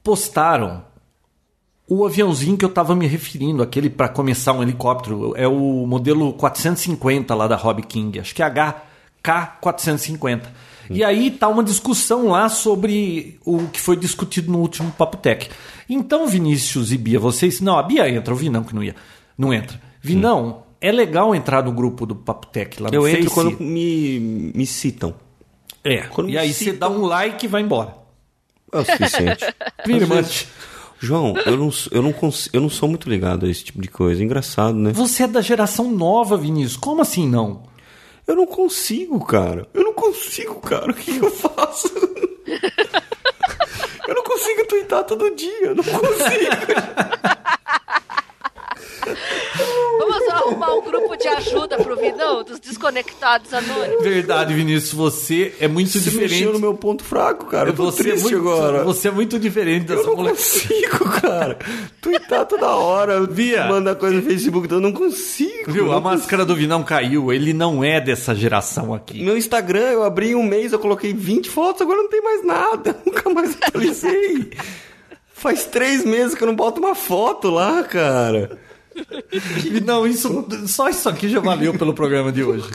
postaram o aviãozinho que eu estava me referindo, aquele para começar um helicóptero. É o modelo 450 lá da Hobby King. Acho que é HK450. E aí tá uma discussão lá sobre o que foi discutido no último Papo Tech. Então, Vinícius e Bia, vocês... Não, a Bia entra, o Vinão que não ia. Não entra. Vinão, é legal entrar no grupo do Papo Tech lá no Face. Eu entro quando me citam. Quando e aí você dá um like e vai embora. É o suficiente. Firmante. João, eu não sou muito ligado a esse tipo de coisa. Engraçado, né? Você é da geração nova, Vinícius. Como assim não? Eu não consigo, cara. O que eu faço? Eu não consigo twittar todo dia. Eu não consigo. Vamos arrumar um grupo de ajuda pro Vinão, dos desconectados anônimos. Verdade, Vinícius, você é muito diferente. Mexeu no meu ponto fraco, cara. Eu tô triste agora. Você é muito diferente dessa moleque. Eu não consigo, cara. Twittar toda hora, mandar coisa no Facebook, então eu não consigo. Viu? A máscara do Vinão caiu. Ele não é dessa geração aqui. Meu Instagram, eu abri um mês, eu coloquei 20 fotos, agora não tem mais nada. Nunca mais atualizei. Faz 3 meses que eu não boto uma foto lá, cara. Não, só isso aqui já valeu pelo programa de hoje.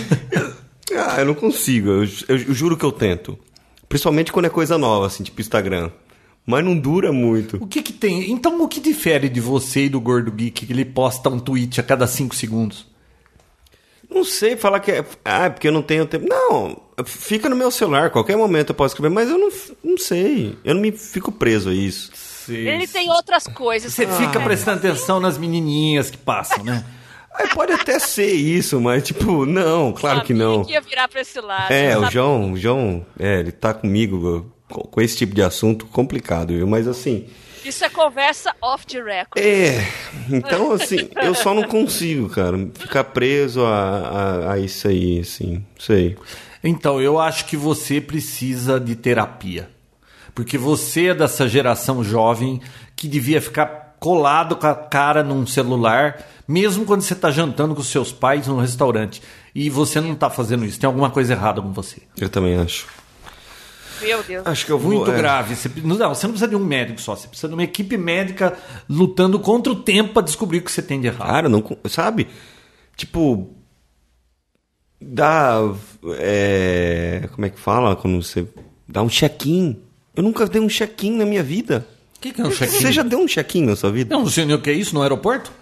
Eu não consigo. Eu juro que eu tento. Principalmente quando é coisa nova, assim, tipo Instagram. Mas não dura muito. O que tem? Então, o que difere de você e do Gordo Geek que ele posta um tweet a cada 5 segundos? Não sei, falar que é... porque eu não tenho tempo. Não, fica no meu celular. Qualquer momento eu posso escrever, mas eu não sei. Eu não me fico preso a isso. Ele tem outras coisas. Você fica prestando atenção nas menininhas que passam, né? Pode até ser isso, mas tipo, não, claro que não. Que ia virar pra esse lado. O João, ele tá comigo com esse tipo de assunto complicado, viu? Mas assim... Isso é conversa off the record. Então assim, eu só não consigo, cara, ficar preso a isso aí, assim, sei. Então, eu acho que você precisa de terapia. Porque você é dessa geração jovem que devia ficar colado com a cara num celular, mesmo quando você está jantando com seus pais num restaurante. E você não está fazendo isso. Tem alguma coisa errada com você. Eu também acho. Meu Deus. Acho que eu vou... Muito grave. Você não precisa de um médico só. Você precisa de uma equipe médica lutando contra o tempo para descobrir o que você tem de errado. Cara, não... Sabe? Tipo... Dá... como é que fala? Quando você dá um check-in. Eu nunca dei um check-in na minha vida. O que é um check-in? Você já deu um check-in na sua vida? Não sei nem o que é isso no aeroporto.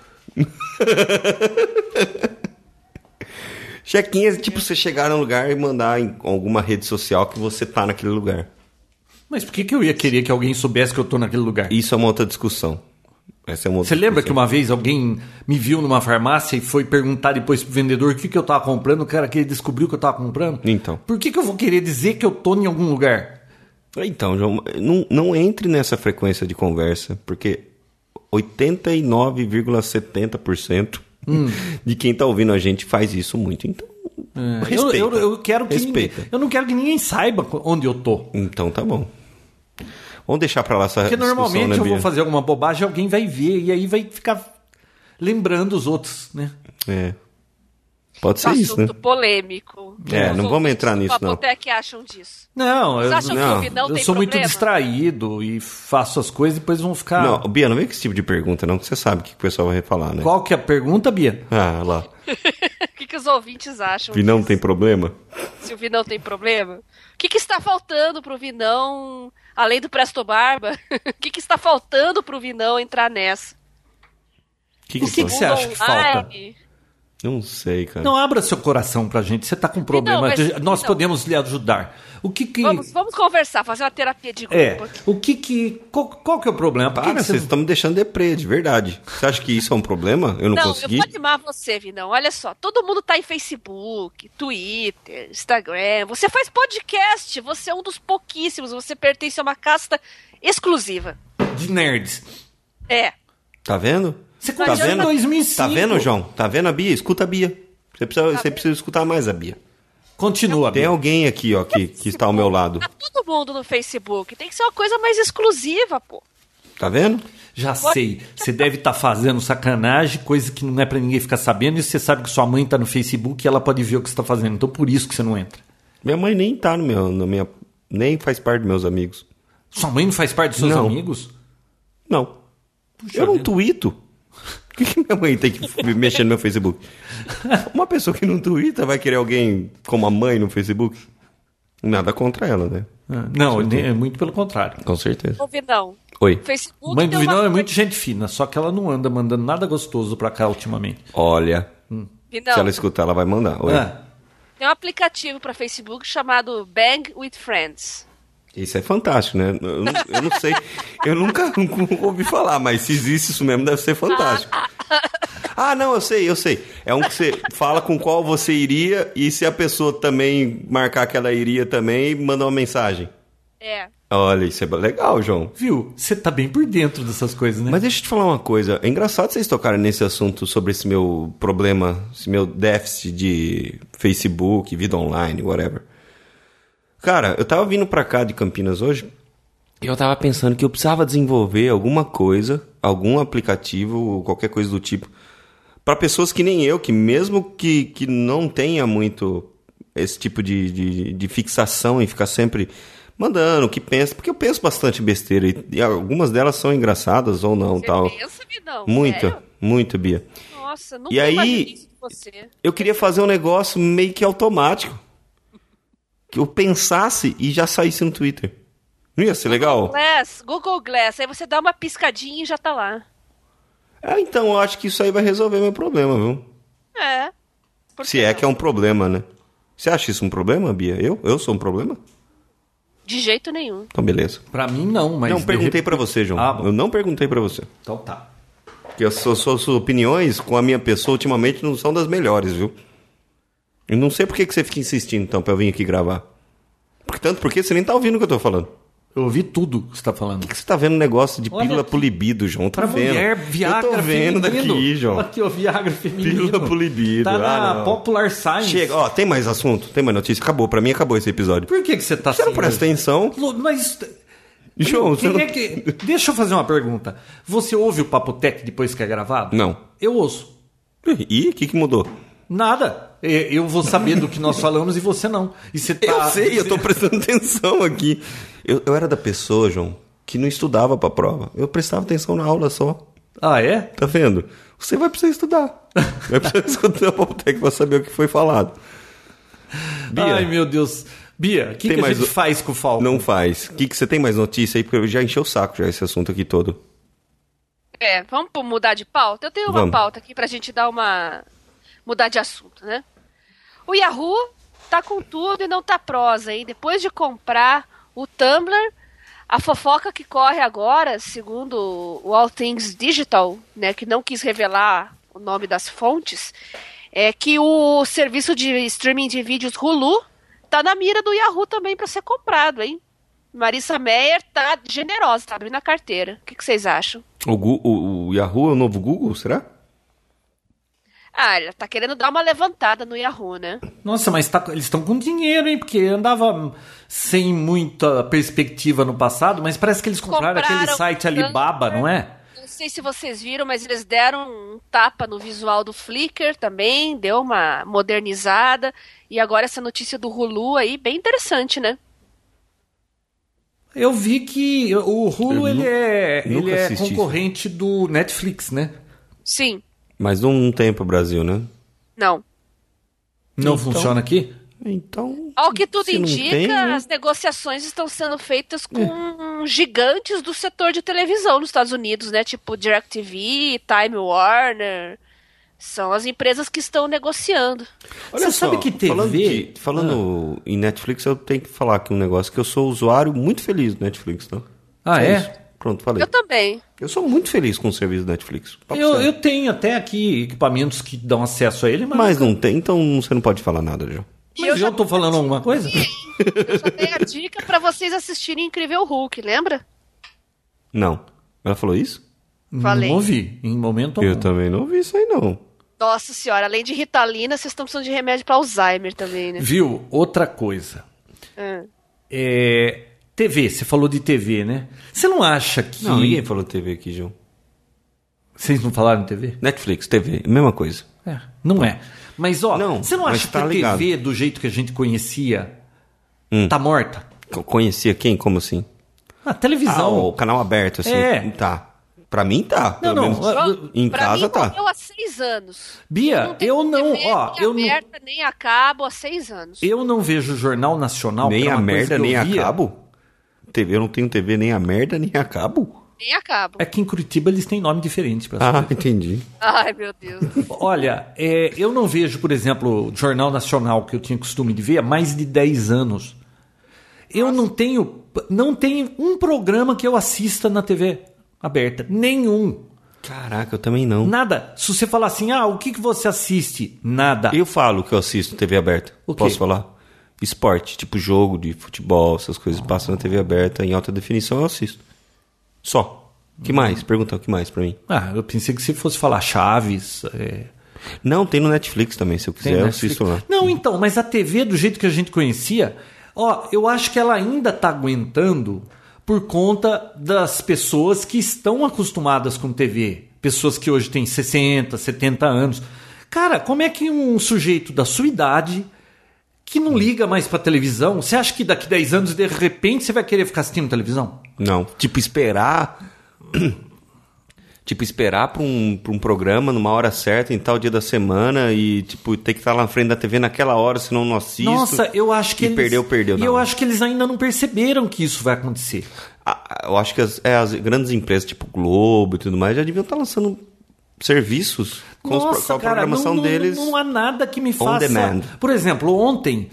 Check-in é tipo você chegar num lugar e mandar em alguma rede social que você tá naquele lugar. Mas por que eu ia querer que alguém soubesse que eu tô naquele lugar? Isso é uma outra discussão. Essa é uma outra Você lembra que uma vez alguém me viu numa farmácia e foi perguntar depois pro vendedor o que eu tava comprando? O cara que descobriu que eu tava comprando? Então. Por que eu vou querer dizer que eu tô em algum lugar? Então, João, não entre nessa frequência de conversa, porque 89,70% de quem tá ouvindo a gente faz isso muito. Então, respeita. Eu quero que eu não quero que ninguém saiba onde eu tô. Então, tá bom. Vamos deixar pra lá essa Porque discussão, normalmente né, eu Bia? vou fazer alguma bobagem, alguém vai ver e aí vai ficar lembrando os outros, né? Pode ser isso, né? Assunto polêmico. Não vamos entrar nisso, não. O que acham disso? Não, Vocês acham que o Vinão eu tem sou muito problema? distraído e faço as coisas e depois vão ficar... Não, Bia, não vem com esse tipo de pergunta, não, que você sabe o que o pessoal vai falar, né? Qual que é a pergunta, Bia? Ah, lá. O que os ouvintes acham Vinão disso? tem problema? Se o Vinão tem problema? O que está faltando pro Vinão, além do Presto Barba? O que está faltando pro Vinão entrar nessa? O que você acha que falta? Não sei, cara. Não, abra seu coração pra gente. Você tá com problema. Nós podemos lhe ajudar. Vamos conversar, fazer uma terapia de grupo. Qual que é o problema? Vocês estão me deixando deprê, de verdade. Você acha que isso é um problema? Eu não consegui? Eu vou animar você, Vinão. Olha só, todo mundo tá em Facebook, Twitter, Instagram. Você faz podcast, você é um dos pouquíssimos. Você pertence a uma casta exclusiva. De nerds. Tá vendo? Você começou em 2005. Tá vendo, João? Tá vendo a Bia? Escuta a Bia. Você precisa escutar mais a Bia. Continua, Tem Bia. alguém aqui, ó, que está ao meu lado. Tá todo mundo no Facebook. Tem que ser uma coisa mais exclusiva, pô. Tá vendo? Já sei. Você deve estar fazendo sacanagem, coisa que não é pra ninguém ficar sabendo, e você sabe que sua mãe tá no Facebook e ela pode ver o que você tá fazendo. Então por isso que você não entra. Minha mãe nem tá nem faz parte dos meus amigos. Sua mãe não faz parte dos seus amigos? Não. Puxa eu não vida. tuito. Por que minha mãe tem que mexer no meu Facebook? Uma pessoa que não tuita vai querer alguém como a mãe no Facebook? Nada contra ela, né? Não, é muito pelo contrário. Com certeza. Ô, Vinão. Oi. Facebook Mãe do tem Vinão uma é muito gente fina, só que ela não anda mandando nada gostoso pra cá ultimamente. Olha, Vinão, se ela escutar, ela vai mandar. Oi. tem um aplicativo para Facebook chamado Bang with Friends. Isso é fantástico, né? Eu não sei, eu nunca ouvi falar, mas se existe isso mesmo, deve ser fantástico. Ah, não, eu sei. É um que você fala com qual você iria e se a pessoa também marcar que ela iria também, manda uma mensagem. É. Olha, isso é legal, João. Viu? Você tá bem por dentro dessas coisas, né? Mas deixa eu te falar uma coisa. É engraçado vocês tocarem nesse assunto sobre esse meu problema, esse meu déficit de Facebook, vida online, whatever. Cara, eu tava vindo pra cá de Campinas hoje e eu tava pensando que eu precisava desenvolver alguma coisa, algum aplicativo, qualquer coisa do tipo, pra pessoas que nem eu, que mesmo que não tenha muito esse tipo de fixação em ficar sempre mandando o que pensa, porque eu penso bastante besteira e algumas delas são engraçadas ou não. Você tal. pensa, Vinão? Muito, Bia. Nossa, nunca E aí, imaginei isso de você. Eu queria fazer um negócio meio que automático. Que eu pensasse e já saísse no Twitter. Não ia ser legal? Google Glass, aí você dá uma piscadinha e já tá lá. Então eu acho que isso aí vai resolver meu problema, viu? É. Por Se é que é um problema, né? Você acha isso um problema, Bia? Eu sou um problema? De jeito nenhum. Então, beleza. Pra mim, não, mas... Não, perguntei pra você, João. Ah, bom. Eu não perguntei pra você. Então tá. Porque as suas opiniões com a minha pessoa ultimamente não são das melhores, viu? Eu não sei por que você fica insistindo, então, pra eu vir aqui gravar. Porque você nem tá ouvindo o que eu tô falando. Eu ouvi tudo que você tá falando. Por que você tá vendo negócio de Olha pílula aqui. pro libido, João? Tá Pra vendo? mulher, Viagra eu tô vendo feminino. daqui, João. Olha aqui, ó, Viagra feminino. Pílula pro libido. Tá na não. Popular Science. Chega, ó, tem mais assunto? Tem mais notícia? Acabou, pra mim acabou esse episódio. Por que você tá Você não presta atenção? Mas... João, você não... Deixa eu fazer uma pergunta. Você ouve o Papo Tech depois que é gravado? Não. Eu ouço. Ih, o que mudou? Nada. Eu vou saber do que nós falamos e você não. E você tá... Eu sei, eu tô prestando atenção aqui. Eu era da pessoa, João, que não estudava pra prova. Eu prestava atenção na aula só. Ah, é? Tá vendo? Você vai precisar estudar. Vai precisar escutar o Papo Tech pra saber o que foi falado. Bia, Ai, meu Deus. Bia, o que a gente faz com o Falcon? Não faz. O que você tem mais notícia aí? Porque eu já encheu o saco já esse assunto aqui todo. Vamos mudar de pauta? Eu tenho uma pauta aqui pra gente dar uma... mudar de assunto, né? O Yahoo tá com tudo e não tá prosa, hein? Depois de comprar o Tumblr, a fofoca que corre agora, segundo o All Things Digital, né, que não quis revelar o nome das fontes, é que o serviço de streaming de vídeos Hulu tá na mira do Yahoo também para ser comprado, hein? Marissa Meyer tá generosa, tá abrindo a carteira. O que vocês acham? O Yahoo é o novo Google, será? Ela tá querendo dar uma levantada no Yahoo, né? Nossa, mas eles estão com dinheiro, hein? Porque andava sem muita perspectiva no passado, mas parece que eles compraram aquele site Alibaba, não é? Não sei se vocês viram, mas eles deram um tapa no visual do Flickr também, deu uma modernizada. E agora essa notícia do Hulu aí, bem interessante, né? Eu vi que o Hulu ele é concorrente isso. do Netflix, né? Sim. Mas não tem pro Brasil, né? Não. Não funciona aqui? Então... Ao que tudo indica, tem, né? as negociações estão sendo feitas com gigantes do setor de televisão nos Estados Unidos, né? Tipo DirecTV, Time Warner. São as empresas que estão negociando. Olha Você só, sabe que TV... Falando em Netflix, eu tenho que falar aqui um negócio, que eu sou usuário muito feliz do Netflix, tá? Ah, é? Isso. Pronto, falei. Eu também. Eu sou muito feliz com o serviço do Netflix. Eu tenho até aqui equipamentos que dão acesso a ele, mas não tem, então você não pode falar nada, João. Mas eu tô falando alguma coisa? Eu já dei a dica pra vocês assistirem Incrível Hulk, lembra? Não. Ela falou isso? Falei. Não ouvi, em momento algum. Eu também não ouvi isso aí, não. Nossa senhora, além de Ritalina, vocês estão precisando de remédio pra Alzheimer também, né? Viu? Outra coisa. TV, você falou de TV, né? Você não acha que... Não, ninguém falou TV aqui, João. Vocês não falaram de TV? Netflix, TV, mesma coisa. Não é. Mas, ó, Não, você não mas acha que tá a ligado. TV, do jeito que a gente conhecia, tá morta? Conhecia quem? Como assim? A televisão. O canal aberto, assim. Tá. Pra mim tá. Não. Em casa mim, tá. Eu há 6 anos. Bia, eu não. Nem aberta, nem a cabo há 6 anos. Eu não vejo Jornal Nacional. Nem a merda, nem a cabo? Eu não tenho TV nem a merda, nem a cabo? Nem a cabo. É que em Curitiba eles têm nome diferente pra saber. Entendi. Ai, meu Deus. Olha, eu não vejo, por exemplo, Jornal Nacional, que eu tinha costume de ver há mais de 10 anos. Eu não tenho um programa que eu assista na TV aberta. Nenhum. Caraca, eu também não. Nada. Se você falar assim, o que você assiste? Nada. Eu falo que eu assisto TV aberta. Posso falar? Esporte, tipo jogo de futebol, essas coisas passam na TV aberta em alta definição, eu assisto. Só. O que mais? Pergunta o que mais pra mim. Eu pensei que você fosse falar Chaves. Não, tem no Netflix também, se eu quiser, eu assisto lá. Não, então, mas a TV do jeito que a gente conhecia, eu acho que ela ainda tá aguentando por conta das pessoas que estão acostumadas com TV. Pessoas que hoje têm 60, 70 anos. Cara, como é que um sujeito da sua idade, que não liga mais pra televisão, você acha que daqui 10 anos, de repente, você vai querer ficar assistindo televisão? Não. Tipo, esperar pra um programa numa hora certa, em tal dia da semana, e tipo, ter que estar lá na frente da TV naquela hora, senão não assisto. Nossa, eu acho que perdeu. E eu acho que eles ainda não perceberam que isso vai acontecer. Eu acho que as grandes empresas, tipo Globo e tudo mais, já deviam estar lançando serviços com a programação deles. Não há nada que me faça... demand. Por exemplo, ontem,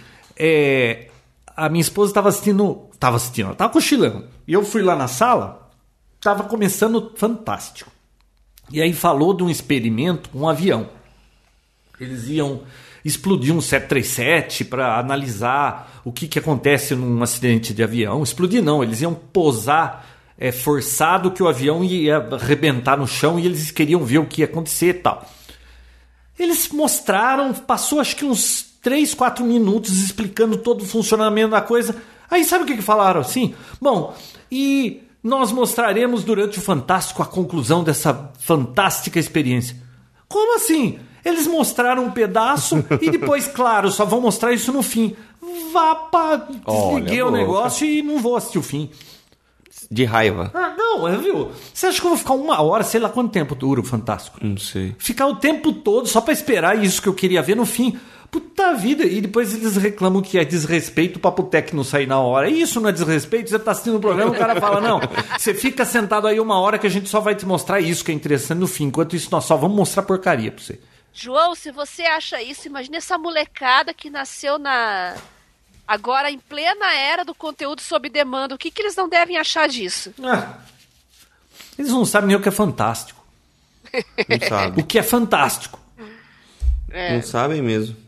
a minha esposa estava cochilando. E eu fui lá na sala, estava começando Fantástico. E aí falou de um experimento com um avião. Eles iam explodir um 737 para analisar o que acontece num acidente de avião. Explodir não, eles iam pousar forçado que o avião ia arrebentar no chão e eles queriam ver o que ia acontecer e tal. Eles mostraram, passou acho que uns 3, 4 minutos explicando todo o funcionamento da coisa. Aí sabe o que falaram assim? Bom, e nós mostraremos durante o Fantástico a conclusão dessa fantástica experiência. Como assim? Eles mostraram um pedaço e depois, claro, só vão mostrar isso no fim. Desliguei o negócio e não vou assistir o fim. De raiva. Não, viu? Você acha que eu vou ficar 1 hora, sei lá quanto tempo dura o Fantástico? Não sei. Ficar o tempo todo só pra esperar isso que eu queria ver no fim. Puta vida. E depois eles reclamam que é desrespeito pra Papotec não sair na hora. E isso não é desrespeito? Você tá assistindo o programa, o cara fala, não, você fica sentado aí 1 hora que a gente só vai te mostrar isso que é interessante no fim. Enquanto isso, nós só vamos mostrar porcaria pra você. João, se você acha isso, imagina essa molecada que nasceu agora em plena era do conteúdo sob demanda. O que eles não devem achar disso? Eles não sabem nem o que é fantástico. Não sabem. O que é fantástico. Não sabem mesmo.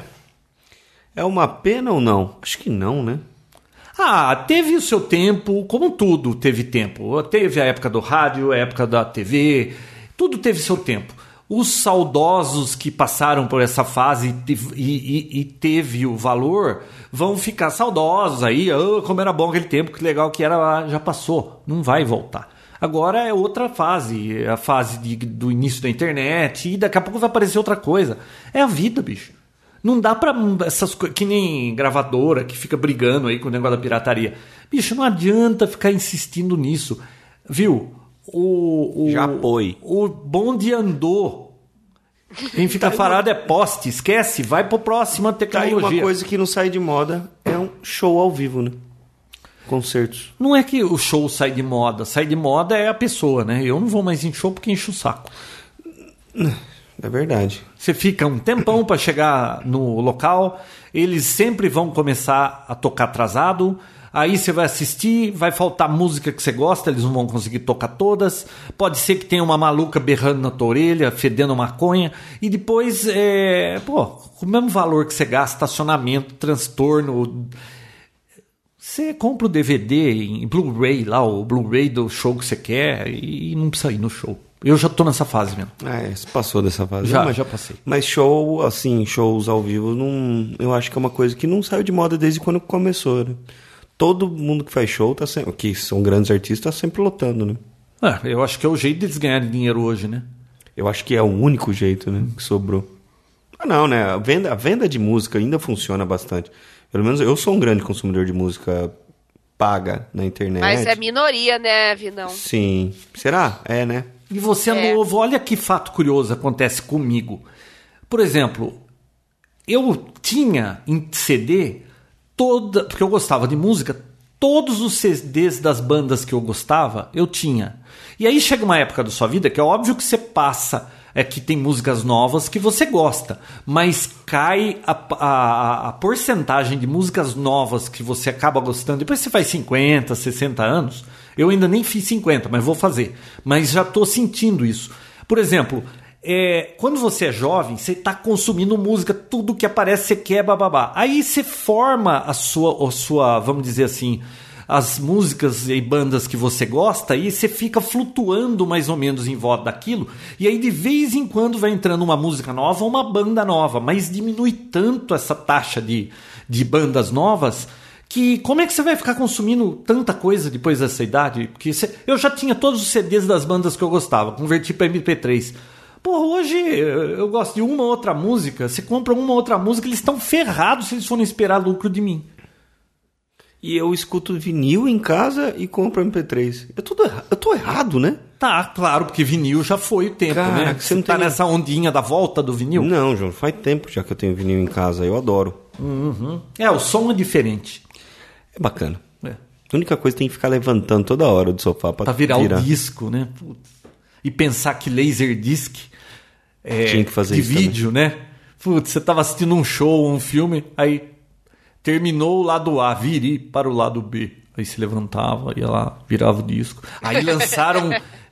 É uma pena ou não? Acho que não, né? Teve o seu tempo, como tudo teve tempo. Teve a época do rádio, a época da TV, tudo teve seu tempo. Os saudosos que passaram por essa fase e teve o valor vão ficar saudosos aí. Como era bom aquele tempo, que legal que era, já passou, não vai voltar. Agora é outra fase, a fase do início da internet, e daqui a pouco vai aparecer outra coisa. É a vida, bicho. Não dá pra essas coisas, que nem gravadora que fica brigando aí com o negócio da pirataria. Bicho, não adianta ficar insistindo nisso. Viu? Já foi. O bonde andou. Quem fica parado é poste. Esquece, vai pro próximo tecnologia. Tá aí uma coisa que não sai de moda, é um show ao vivo, né? Concertos. Não é que o show sai de moda. Sai de moda é a pessoa, né? Eu não vou mais em show porque enche o saco. É verdade. Você fica um tempão para chegar no local. Eles sempre vão começar a tocar atrasado. Aí você vai assistir, vai faltar música que você gosta, eles não vão conseguir tocar todas. Pode ser que tenha uma maluca berrando na tua orelha, fedendo maconha. E depois, o mesmo valor que você gasta, estacionamento, transtorno. Você compra o DVD em Blu-ray lá, o Blu-ray do show que você quer e não precisa ir no show. Eu já tô nessa fase mesmo. Você passou dessa fase. Já passei. Mas shows ao vivo, eu acho que é uma coisa que não saiu de moda desde quando começou, né? Todo mundo que faz show, que são grandes artistas, tá sempre lotando, né? Eu acho que é o jeito deles ganharem dinheiro hoje, né? Eu acho que é o único jeito, né, que sobrou. Não, né? A venda de música ainda funciona bastante. Pelo menos eu sou um grande consumidor de música paga na internet. Mas é minoria, né, Vinão? Sim. Será? É, né? E você é novo. Olha que fato curioso acontece comigo. Por exemplo, eu tinha em CD porque eu gostava de música, todos os CDs das bandas que eu gostava, eu tinha. E aí chega uma época da sua vida que é óbvio que você passa, que tem músicas novas que você gosta, mas cai a porcentagem de músicas novas que você acaba gostando. Depois você faz 50, 60 anos. Eu ainda nem fiz 50, mas vou fazer. Mas já estou sentindo isso. Por exemplo, quando você é jovem, você está consumindo música, tudo que aparece você quer, bababá. Aí você forma a sua, vamos dizer assim, as músicas e bandas que você gosta e você fica flutuando mais ou menos em volta daquilo. E aí de vez em quando vai entrando uma música nova ou uma banda nova, mas diminui tanto essa taxa de bandas novas que como é que você vai ficar consumindo tanta coisa depois dessa idade? Porque eu já tinha todos os CDs das bandas que eu gostava, converti para MP3. Porra, hoje eu gosto de uma ou outra música, você compra uma ou outra música, eles estão ferrados se eles forem esperar lucro de mim. E eu escuto vinil em casa e compro MP3. Eu tô errado, né? Tá, claro, porque vinil já foi o tempo, né? Você não tá nessa ondinha da volta do vinil? Não, João, faz tempo já que eu tenho vinil em casa, eu adoro. Uhum. O som é diferente. É bacana. A única coisa tem que ficar levantando toda hora do sofá pra virar o disco, né? E pensar que Laserdisc tinha que fazer de isso vídeo, também. né? Putz, você tava assistindo um show, um filme, aí terminou o lado A, vire para o lado B. Aí se levantava, ia lá, virava o disco. Aí lançaram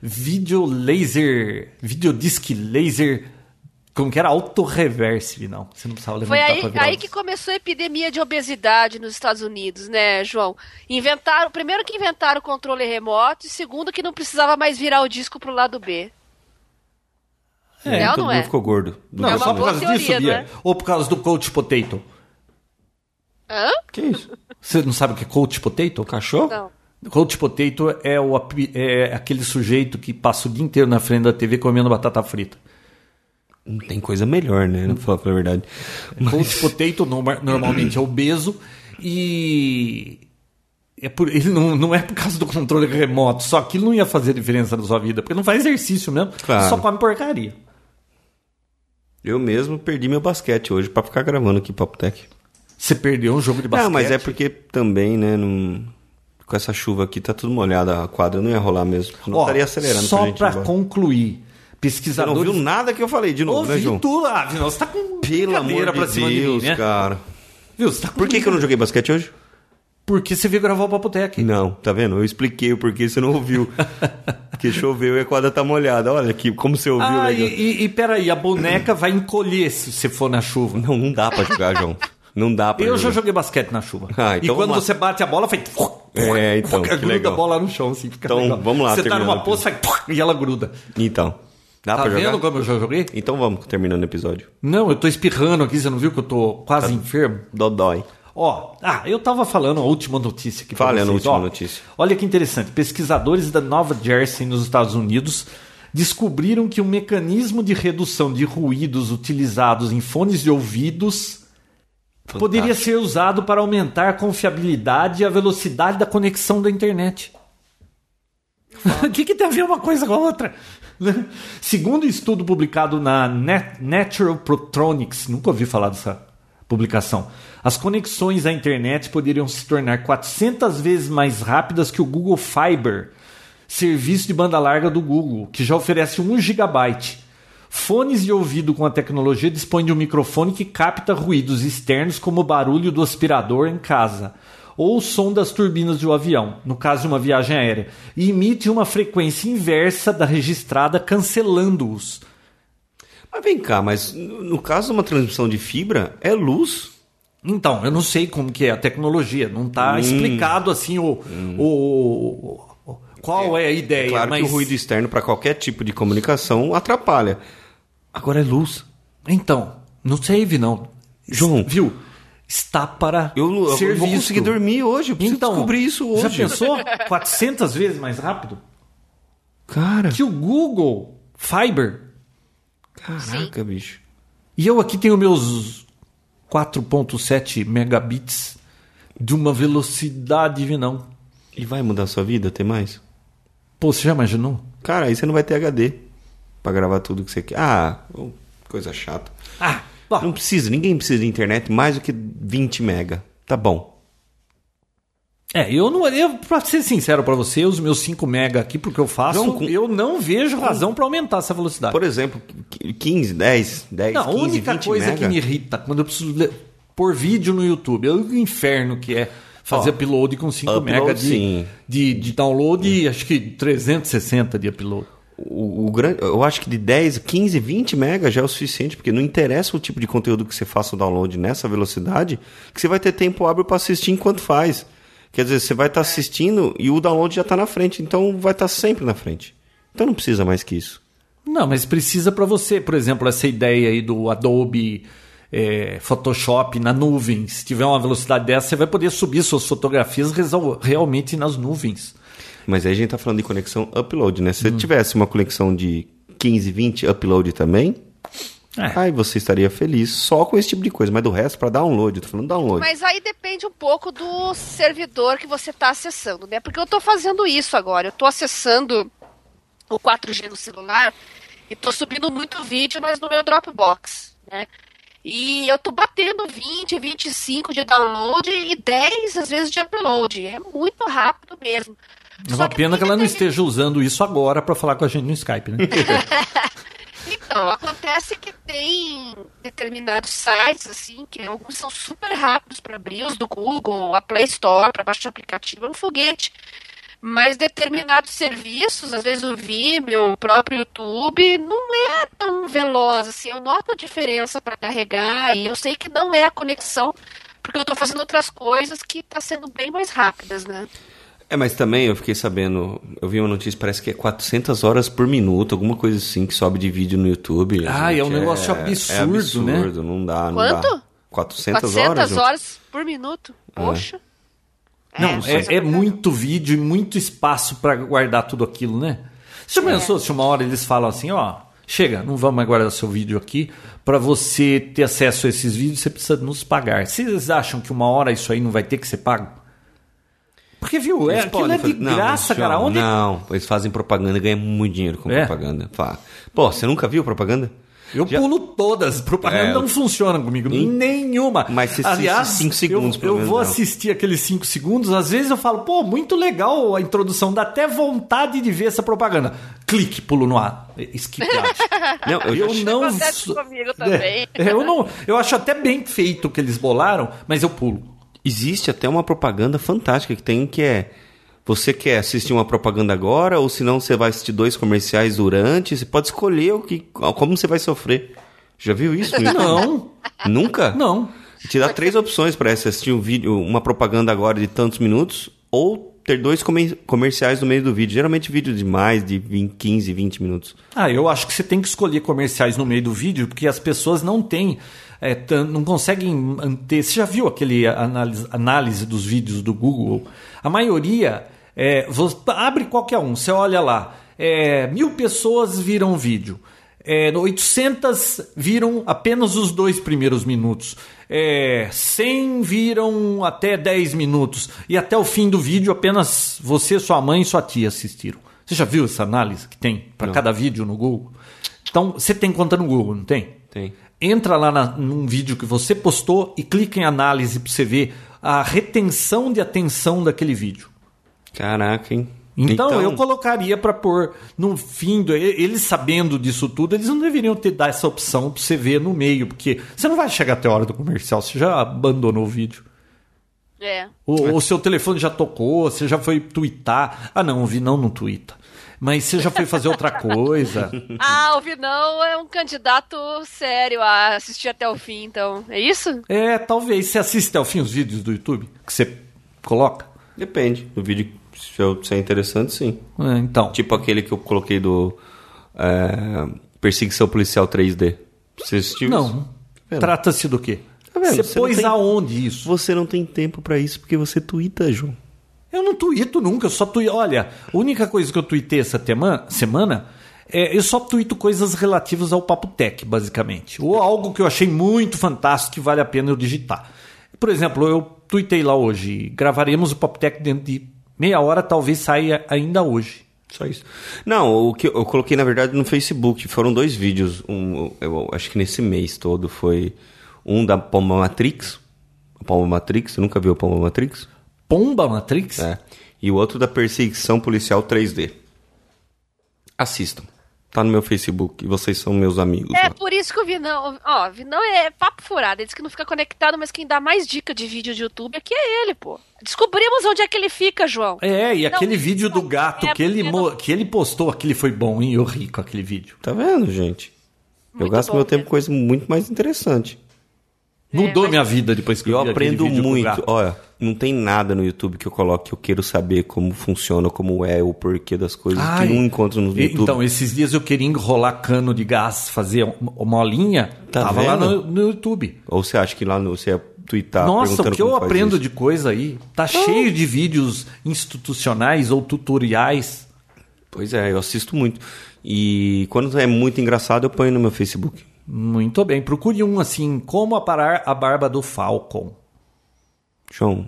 videodisc laser, como que era? Auto-reverse, não. Você não precisava levantar para virar. Foi aí que começou a epidemia de obesidade nos Estados Unidos, né, João? Primeiro que inventaram o controle remoto e segundo que não precisava mais virar o disco pro lado B. Todo mundo ficou gordo. Não, só por causa disso, Bia. Né? Ou por causa do Coach Potato? Hã? Que isso? Você não sabe o que é Coach Potato? O cachorro? Não. Coach Potato é aquele sujeito que passa o dia inteiro na frente da TV comendo batata frita. Não tem coisa melhor, né? Não falar a verdade. Coach Potato normalmente é obeso e ele não é por causa do controle remoto. Só aquilo não ia fazer diferença na sua vida, porque não faz exercício mesmo. Claro. Só come porcaria. Eu mesmo perdi meu basquete hoje pra ficar gravando aqui Papo Tech. Você perdeu um jogo de basquete? Não, mas é porque também, né, com essa chuva aqui tá tudo molhado, a quadra não ia rolar mesmo. Não estaria acelerando só pra gente. Só pra concluir, pesquisadores... Você não viu nada que eu falei de novo, né, João? Tudo lá, você tá com pelo amor pra de cima Deus, de mim, né? cara. Viu, você tá com Por que eu não joguei basquete hoje? Porque você veio gravar o Papo Tech. Não, tá vendo? Eu expliquei o porquê, você não ouviu. Porque choveu e a quadra tá molhada. Olha aqui, como você ouviu. Legal. E peraí, a boneca vai encolher se você for na chuva. Não dá pra jogar, João. Não dá pra Eu jogar. já joguei basquete na chuva. Então e quando você bate a bola, faz... então, que gruda legal. a bola no chão, assim, fica então, legal. Vamos lá. Você tá numa poça, e ela gruda. Então, dá pra jogar? Tá vendo como eu já joguei? Então vamos, terminando o episódio. Não, eu tô espirrando aqui, você não viu que eu tô quase enfermo? Dodói. Eu tava falando a última notícia aqui. Fale a última notícia. Olha que interessante. Pesquisadores da Nova Jersey, nos Estados Unidos, descobriram que um mecanismo de redução de ruídos utilizados em fones de ouvidos poderia ser usado para aumentar a confiabilidade e a velocidade da conexão da internet. O que tem a ver uma coisa com a outra? Segundo um estudo publicado na Natural Protonics, nunca ouvi falar dessa publicação, as conexões à internet poderiam se tornar 400 vezes mais rápidas que o Google Fiber, serviço de banda larga do Google, que já oferece 1 GB. Fones de ouvido com a tecnologia dispõem de um microfone que capta ruídos externos como o barulho do aspirador em casa ou o som das turbinas de um avião, no caso de uma viagem aérea, e emite uma frequência inversa da registrada, cancelando-os. Mas vem cá, mas no caso de uma transmissão de fibra, é luz? Então, eu não sei como que é a tecnologia, não está explicado assim qual é a ideia. É claro que o ruído externo para qualquer tipo de comunicação atrapalha. Agora é luz. Então, não sei, não. João, viu? Está para eu ser vou visto. conseguir dormir hoje, eu preciso descobrir isso hoje. Já pensou? 400 vezes mais rápido? Cara. Que o Google Fiber. Caraca, sim, bicho. E eu aqui tenho meus 4.7 megabits de uma velocidade, não. E vai mudar a sua vida ter mais? Pô, você já imaginou? Cara, aí você não vai ter HD pra gravar tudo que você quer. Coisa chata. Não precisa, ninguém precisa de internet mais do que 20 mega. Tá bom. Pra ser sincero pra você, os meus 5 mega aqui, porque eu faço, eu não vejo razão pra aumentar essa velocidade. Por exemplo, 15, 10, não, 15, a única coisa mega. que me irrita quando eu preciso pôr vídeo no YouTube, é o inferno que é fazer upload com 5 mega de download e acho que 360 de upload. Eu acho que de 10, 15, 20 mega já é o suficiente, porque não interessa o tipo de conteúdo que você faça o download nessa velocidade, que você vai ter tempo hábil para assistir enquanto faz. Quer dizer, você vai estar assistindo e o download já está na frente, então vai estar sempre na frente. Então não precisa mais que isso. Não, mas precisa para você, por exemplo, essa ideia aí do Adobe Photoshop na nuvem. Se tiver uma velocidade dessa, você vai poder subir suas fotografias realmente nas nuvens. Mas aí a gente está falando de conexão upload, né? Se você tivesse uma conexão de 15, 20 upload também, aí você estaria feliz só com esse tipo de coisa. Mas do resto, para download, eu tô falando download. Mas aí depende um pouco do servidor que você está acessando, né? Porque eu estou fazendo isso agora. Eu estou acessando o 4G no celular e estou subindo muito vídeo, mas no meu Dropbox, né? E eu estou batendo 20, 25 de download e 10 às vezes de upload. É muito rápido mesmo. É uma pena que ela não esteja usando isso agora para falar com a gente no Skype, né? Então, acontece que tem determinados sites, assim, que alguns são super rápidos para abrir, os do Google, a Play Store, para baixar o aplicativo, é um foguete. Mas determinados serviços, às vezes o Vimeo, o próprio YouTube, não é tão veloz, assim. Eu noto a diferença para carregar e eu sei que não é a conexão, porque eu estou fazendo outras coisas que estão sendo bem mais rápidas, né? Mas também eu fiquei sabendo, eu vi uma notícia, parece que é 400 horas por minuto, alguma coisa assim, que sobe de vídeo no YouTube. É um negócio absurdo, né? Não dá. Quanto? 400 horas por minuto? Poxa. É muito vídeo e muito espaço para guardar tudo aquilo, né? Você já pensou se uma hora eles falam assim, chega, não vamos mais guardar seu vídeo aqui, para você ter acesso a esses vídeos você precisa nos pagar. Vocês acham que uma hora isso aí não vai ter que ser pago? Porque, viu, aquilo é de graça, cara. Não, eles fazem propaganda e ganham muito dinheiro com propaganda. Pô, você nunca viu propaganda? Eu pulo todas. Propaganda não funciona comigo. Nenhuma. Mas você assiste 5 segundos. Eu vou assistir aqueles 5 segundos. Às vezes eu falo, pô, muito legal a introdução. Dá até vontade de ver essa propaganda. Clique, pulo no ar. Skip. Eu não... Acontece comigo também. Eu acho até bem feito o que eles bolaram, mas eu pulo. Existe até uma propaganda fantástica que tem, que é... Você quer assistir uma propaganda agora, ou senão você vai assistir 2 comerciais durante. Você pode escolher como você vai sofrer. Já viu isso? Não. Nunca? Não. Te dá 3 opções para assistir uma propaganda agora de tantos minutos, ou ter 2 comerciais no meio do vídeo. Geralmente vídeo de mais de 15, 20 minutos. Eu acho que você tem que escolher comerciais no meio do vídeo, porque as pessoas não têm... não conseguem manter... Você já viu aquele análise dos vídeos do Google? A maioria... abre qualquer um, você olha lá, 1000 pessoas viram o vídeo, 800 viram apenas os 2 primeiros minutos, 100 viram até 10 minutos, e até o fim do vídeo apenas você, sua mãe e sua tia assistiram. Você já viu essa análise que tem para cada vídeo no Google? Então, você tem conta no Google, não tem? Tem. Entra lá num vídeo que você postou e clica em análise para você ver a retenção de atenção daquele vídeo. Caraca, hein? Então eu colocaria para pôr no fim, eles sabendo disso tudo, eles não deveriam dar essa opção para você ver no meio, porque você não vai chegar até a hora do comercial, você já abandonou o vídeo. O seu telefone já tocou, você já foi twittar. Não, o Vinão não twita. Mas você já foi fazer outra coisa. O Vinão é um candidato sério a assistir até o fim, então. É isso? Talvez. Você assiste até o fim os vídeos do YouTube que você coloca? Depende. O vídeo, se é interessante, sim. Então. Tipo aquele que eu coloquei do Perseguição Policial 3D. Você assistiu isso? Não. Trata-se do quê? Você pôs aonde isso? Você não tem tempo pra isso porque você tuita, João. Eu não tuito nunca, eu só tuito. Olha, a única coisa que eu tuitei essa semana eu só tuito coisas relativas ao Papo Tech, basicamente. Ou algo que eu achei muito fantástico que vale a pena eu digitar. Por exemplo, eu tuitei lá hoje, gravaremos o Papo Tech dentro de Meia hora talvez saia ainda hoje. Só isso. Não, o que eu coloquei, na verdade, no Facebook. Foram 2 vídeos. Eu acho que nesse mês todo foi um da Pomba Matrix. A Pomba Matrix, você nunca viu a Pomba Matrix? Pomba Matrix? É. E o outro da Perseguição Policial 3D. Assistam. Tá no meu Facebook. E vocês são meus amigos. É por isso que o Vinão... Ó, Vinão é papo furado. Ele diz que não fica conectado, mas quem dá mais dica de vídeo de YouTube aqui é ele, pô. Descobrimos onde é que ele fica, João. É, e aquele vídeo do gato que ele postou, aquele foi bom, hein? Eu ri com aquele vídeo. Tá vendo, gente? Eu gasto meu tempo com coisa muito mais interessante. Mudou minha vida depois que eu vi aquele vídeo. Eu aprendo muito. Olha, não tem nada no YouTube que eu coloque que eu quero saber como funciona, como é, o porquê das coisas que não encontro no YouTube. Então, esses dias eu queria enrolar cano de gás, fazer uma linha, tava lá no YouTube. Ou você acha que lá você ia twittar Nossa, o que eu aprendo isso? de coisa aí, tá cheio de vídeos institucionais ou tutoriais. Pois é, eu assisto muito. E quando é muito engraçado, eu ponho no meu Facebook. Muito bem. Procure um assim, como aparar a barba do Falcon. João,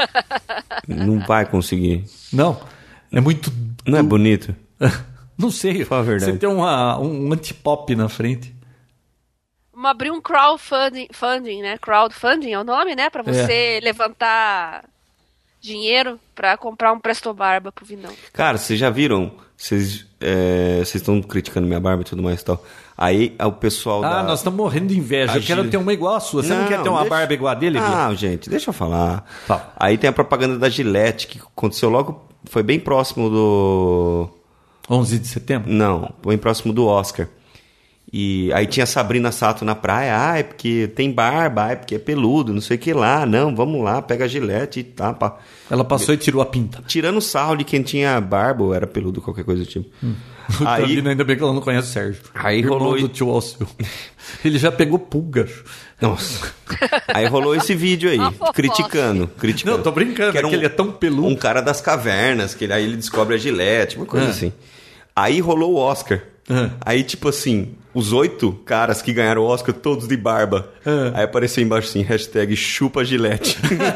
não vai conseguir. Não, é muito... Não é bonito? Não sei. Fala a verdade. Você tem um antipop na frente. Abrir um crowdfunding, né? Crowdfunding é o nome, né? Pra você levantar dinheiro pra comprar um Presto Barba pro Vinão. Cara, vocês já viram? Vocês estão criticando minha barba e tudo mais e tal. Aí o pessoal nós estamos morrendo de inveja. Eu quero ter uma igual a sua. Você não quer ter uma barba igual a dele, Bia? Não, gente, deixa eu falar. Tá. Aí tem a propaganda da Gillette, que aconteceu logo... Foi bem próximo do... 11 de setembro? Não, bem próximo do Oscar. E aí tinha a Sabrina Sato na praia. É porque tem barba, é porque é peludo, não sei o que lá. Não, vamos lá, pega a Gillette e tá. Pá. Ela passou e tirou a pinta. Tirando o sarro de quem tinha barba ou era peludo, qualquer coisa do tipo. Aí, ainda bem que ela não conhece o Sérgio. Aí rolou do tio Alceu. Ele já pegou pulga. Nossa. Aí rolou esse vídeo aí, criticando. Não, tô brincando, que ele é tão peludo. Um cara das cavernas, que aí ele descobre a Gillette, uma coisa assim. Aí rolou o Oscar. Aí, tipo assim, os 8 caras que ganharam o Oscar, todos de barba. Aí apareceu embaixo assim, hashtag chupa Gillette.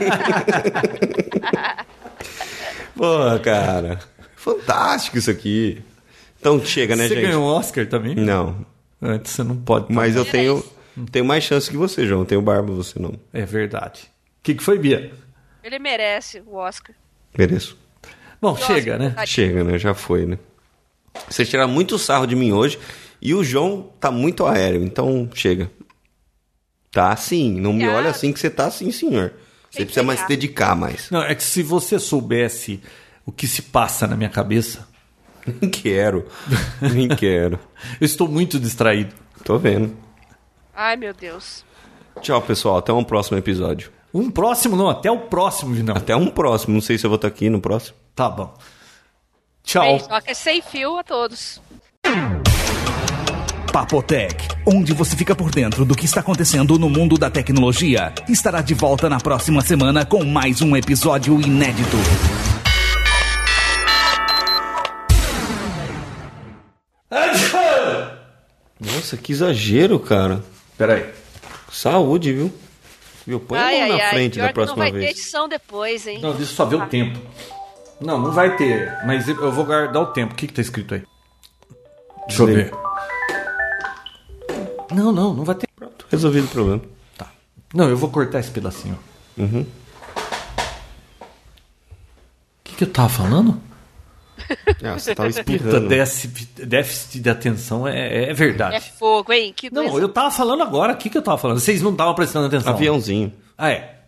Pô, cara. Fantástico isso aqui. Então chega, né, gente? Você ganhou um Oscar também? Não. Antes você não pode. Mas eu tenho mais chance que você, João. Eu tenho barba, você não. É verdade. O que foi, Bia? Ele merece o Oscar. Mereço. Bom, chega, né? Chega, né? Já foi, né? Vocês tiraram muito sarro de mim hoje e o João tá muito aéreo, então chega. Tá assim, não me olha assim que você tá assim, senhor. Você precisa mais se dedicar mais. Não, é que se você soubesse o que se passa na minha cabeça... Nem quero. Nem quero. Eu estou muito distraído. Tô vendo. Ai, meu Deus. Tchau, pessoal. Até um próximo episódio. Um próximo não, até o próximo, Vinão. Até um próximo. Não sei se eu vou estar aqui no próximo. Tá bom. Tchau. Beijoca sem fio a todos. Papotec, onde você fica por dentro do que está acontecendo no mundo da tecnologia, estará de volta na próxima semana com mais um episódio inédito. Nossa, que exagero, cara. Peraí. Saúde, viu? Põe a mão na frente da próxima vez. Não vai ter edição depois, hein? Não, deixa eu só ver o tempo. Não vai ter. Mas eu vou guardar o tempo. O que tá escrito aí? Deixa eu ver. Não vai ter. Pronto, resolvido o problema. Tá. Não, eu vou cortar esse pedacinho. Uhum. O que eu tava falando? Você tava espirrando. Puta, déficit de atenção é verdade. É fogo, hein? Que não, eu tava falando agora. O que eu tava falando? Vocês não estavam prestando atenção. Aviãozinho. É.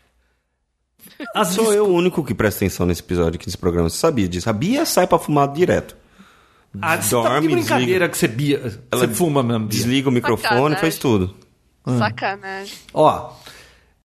Sou eu o único que presta atenção nesse episódio aqui, nesse programa. Você sabia disso? A Bia sai pra fumar direto. Dorme, que brincadeira desliga. Que você fuma mesmo, Bia. Desliga o microfone, faz tudo. Sacanagem. Ó,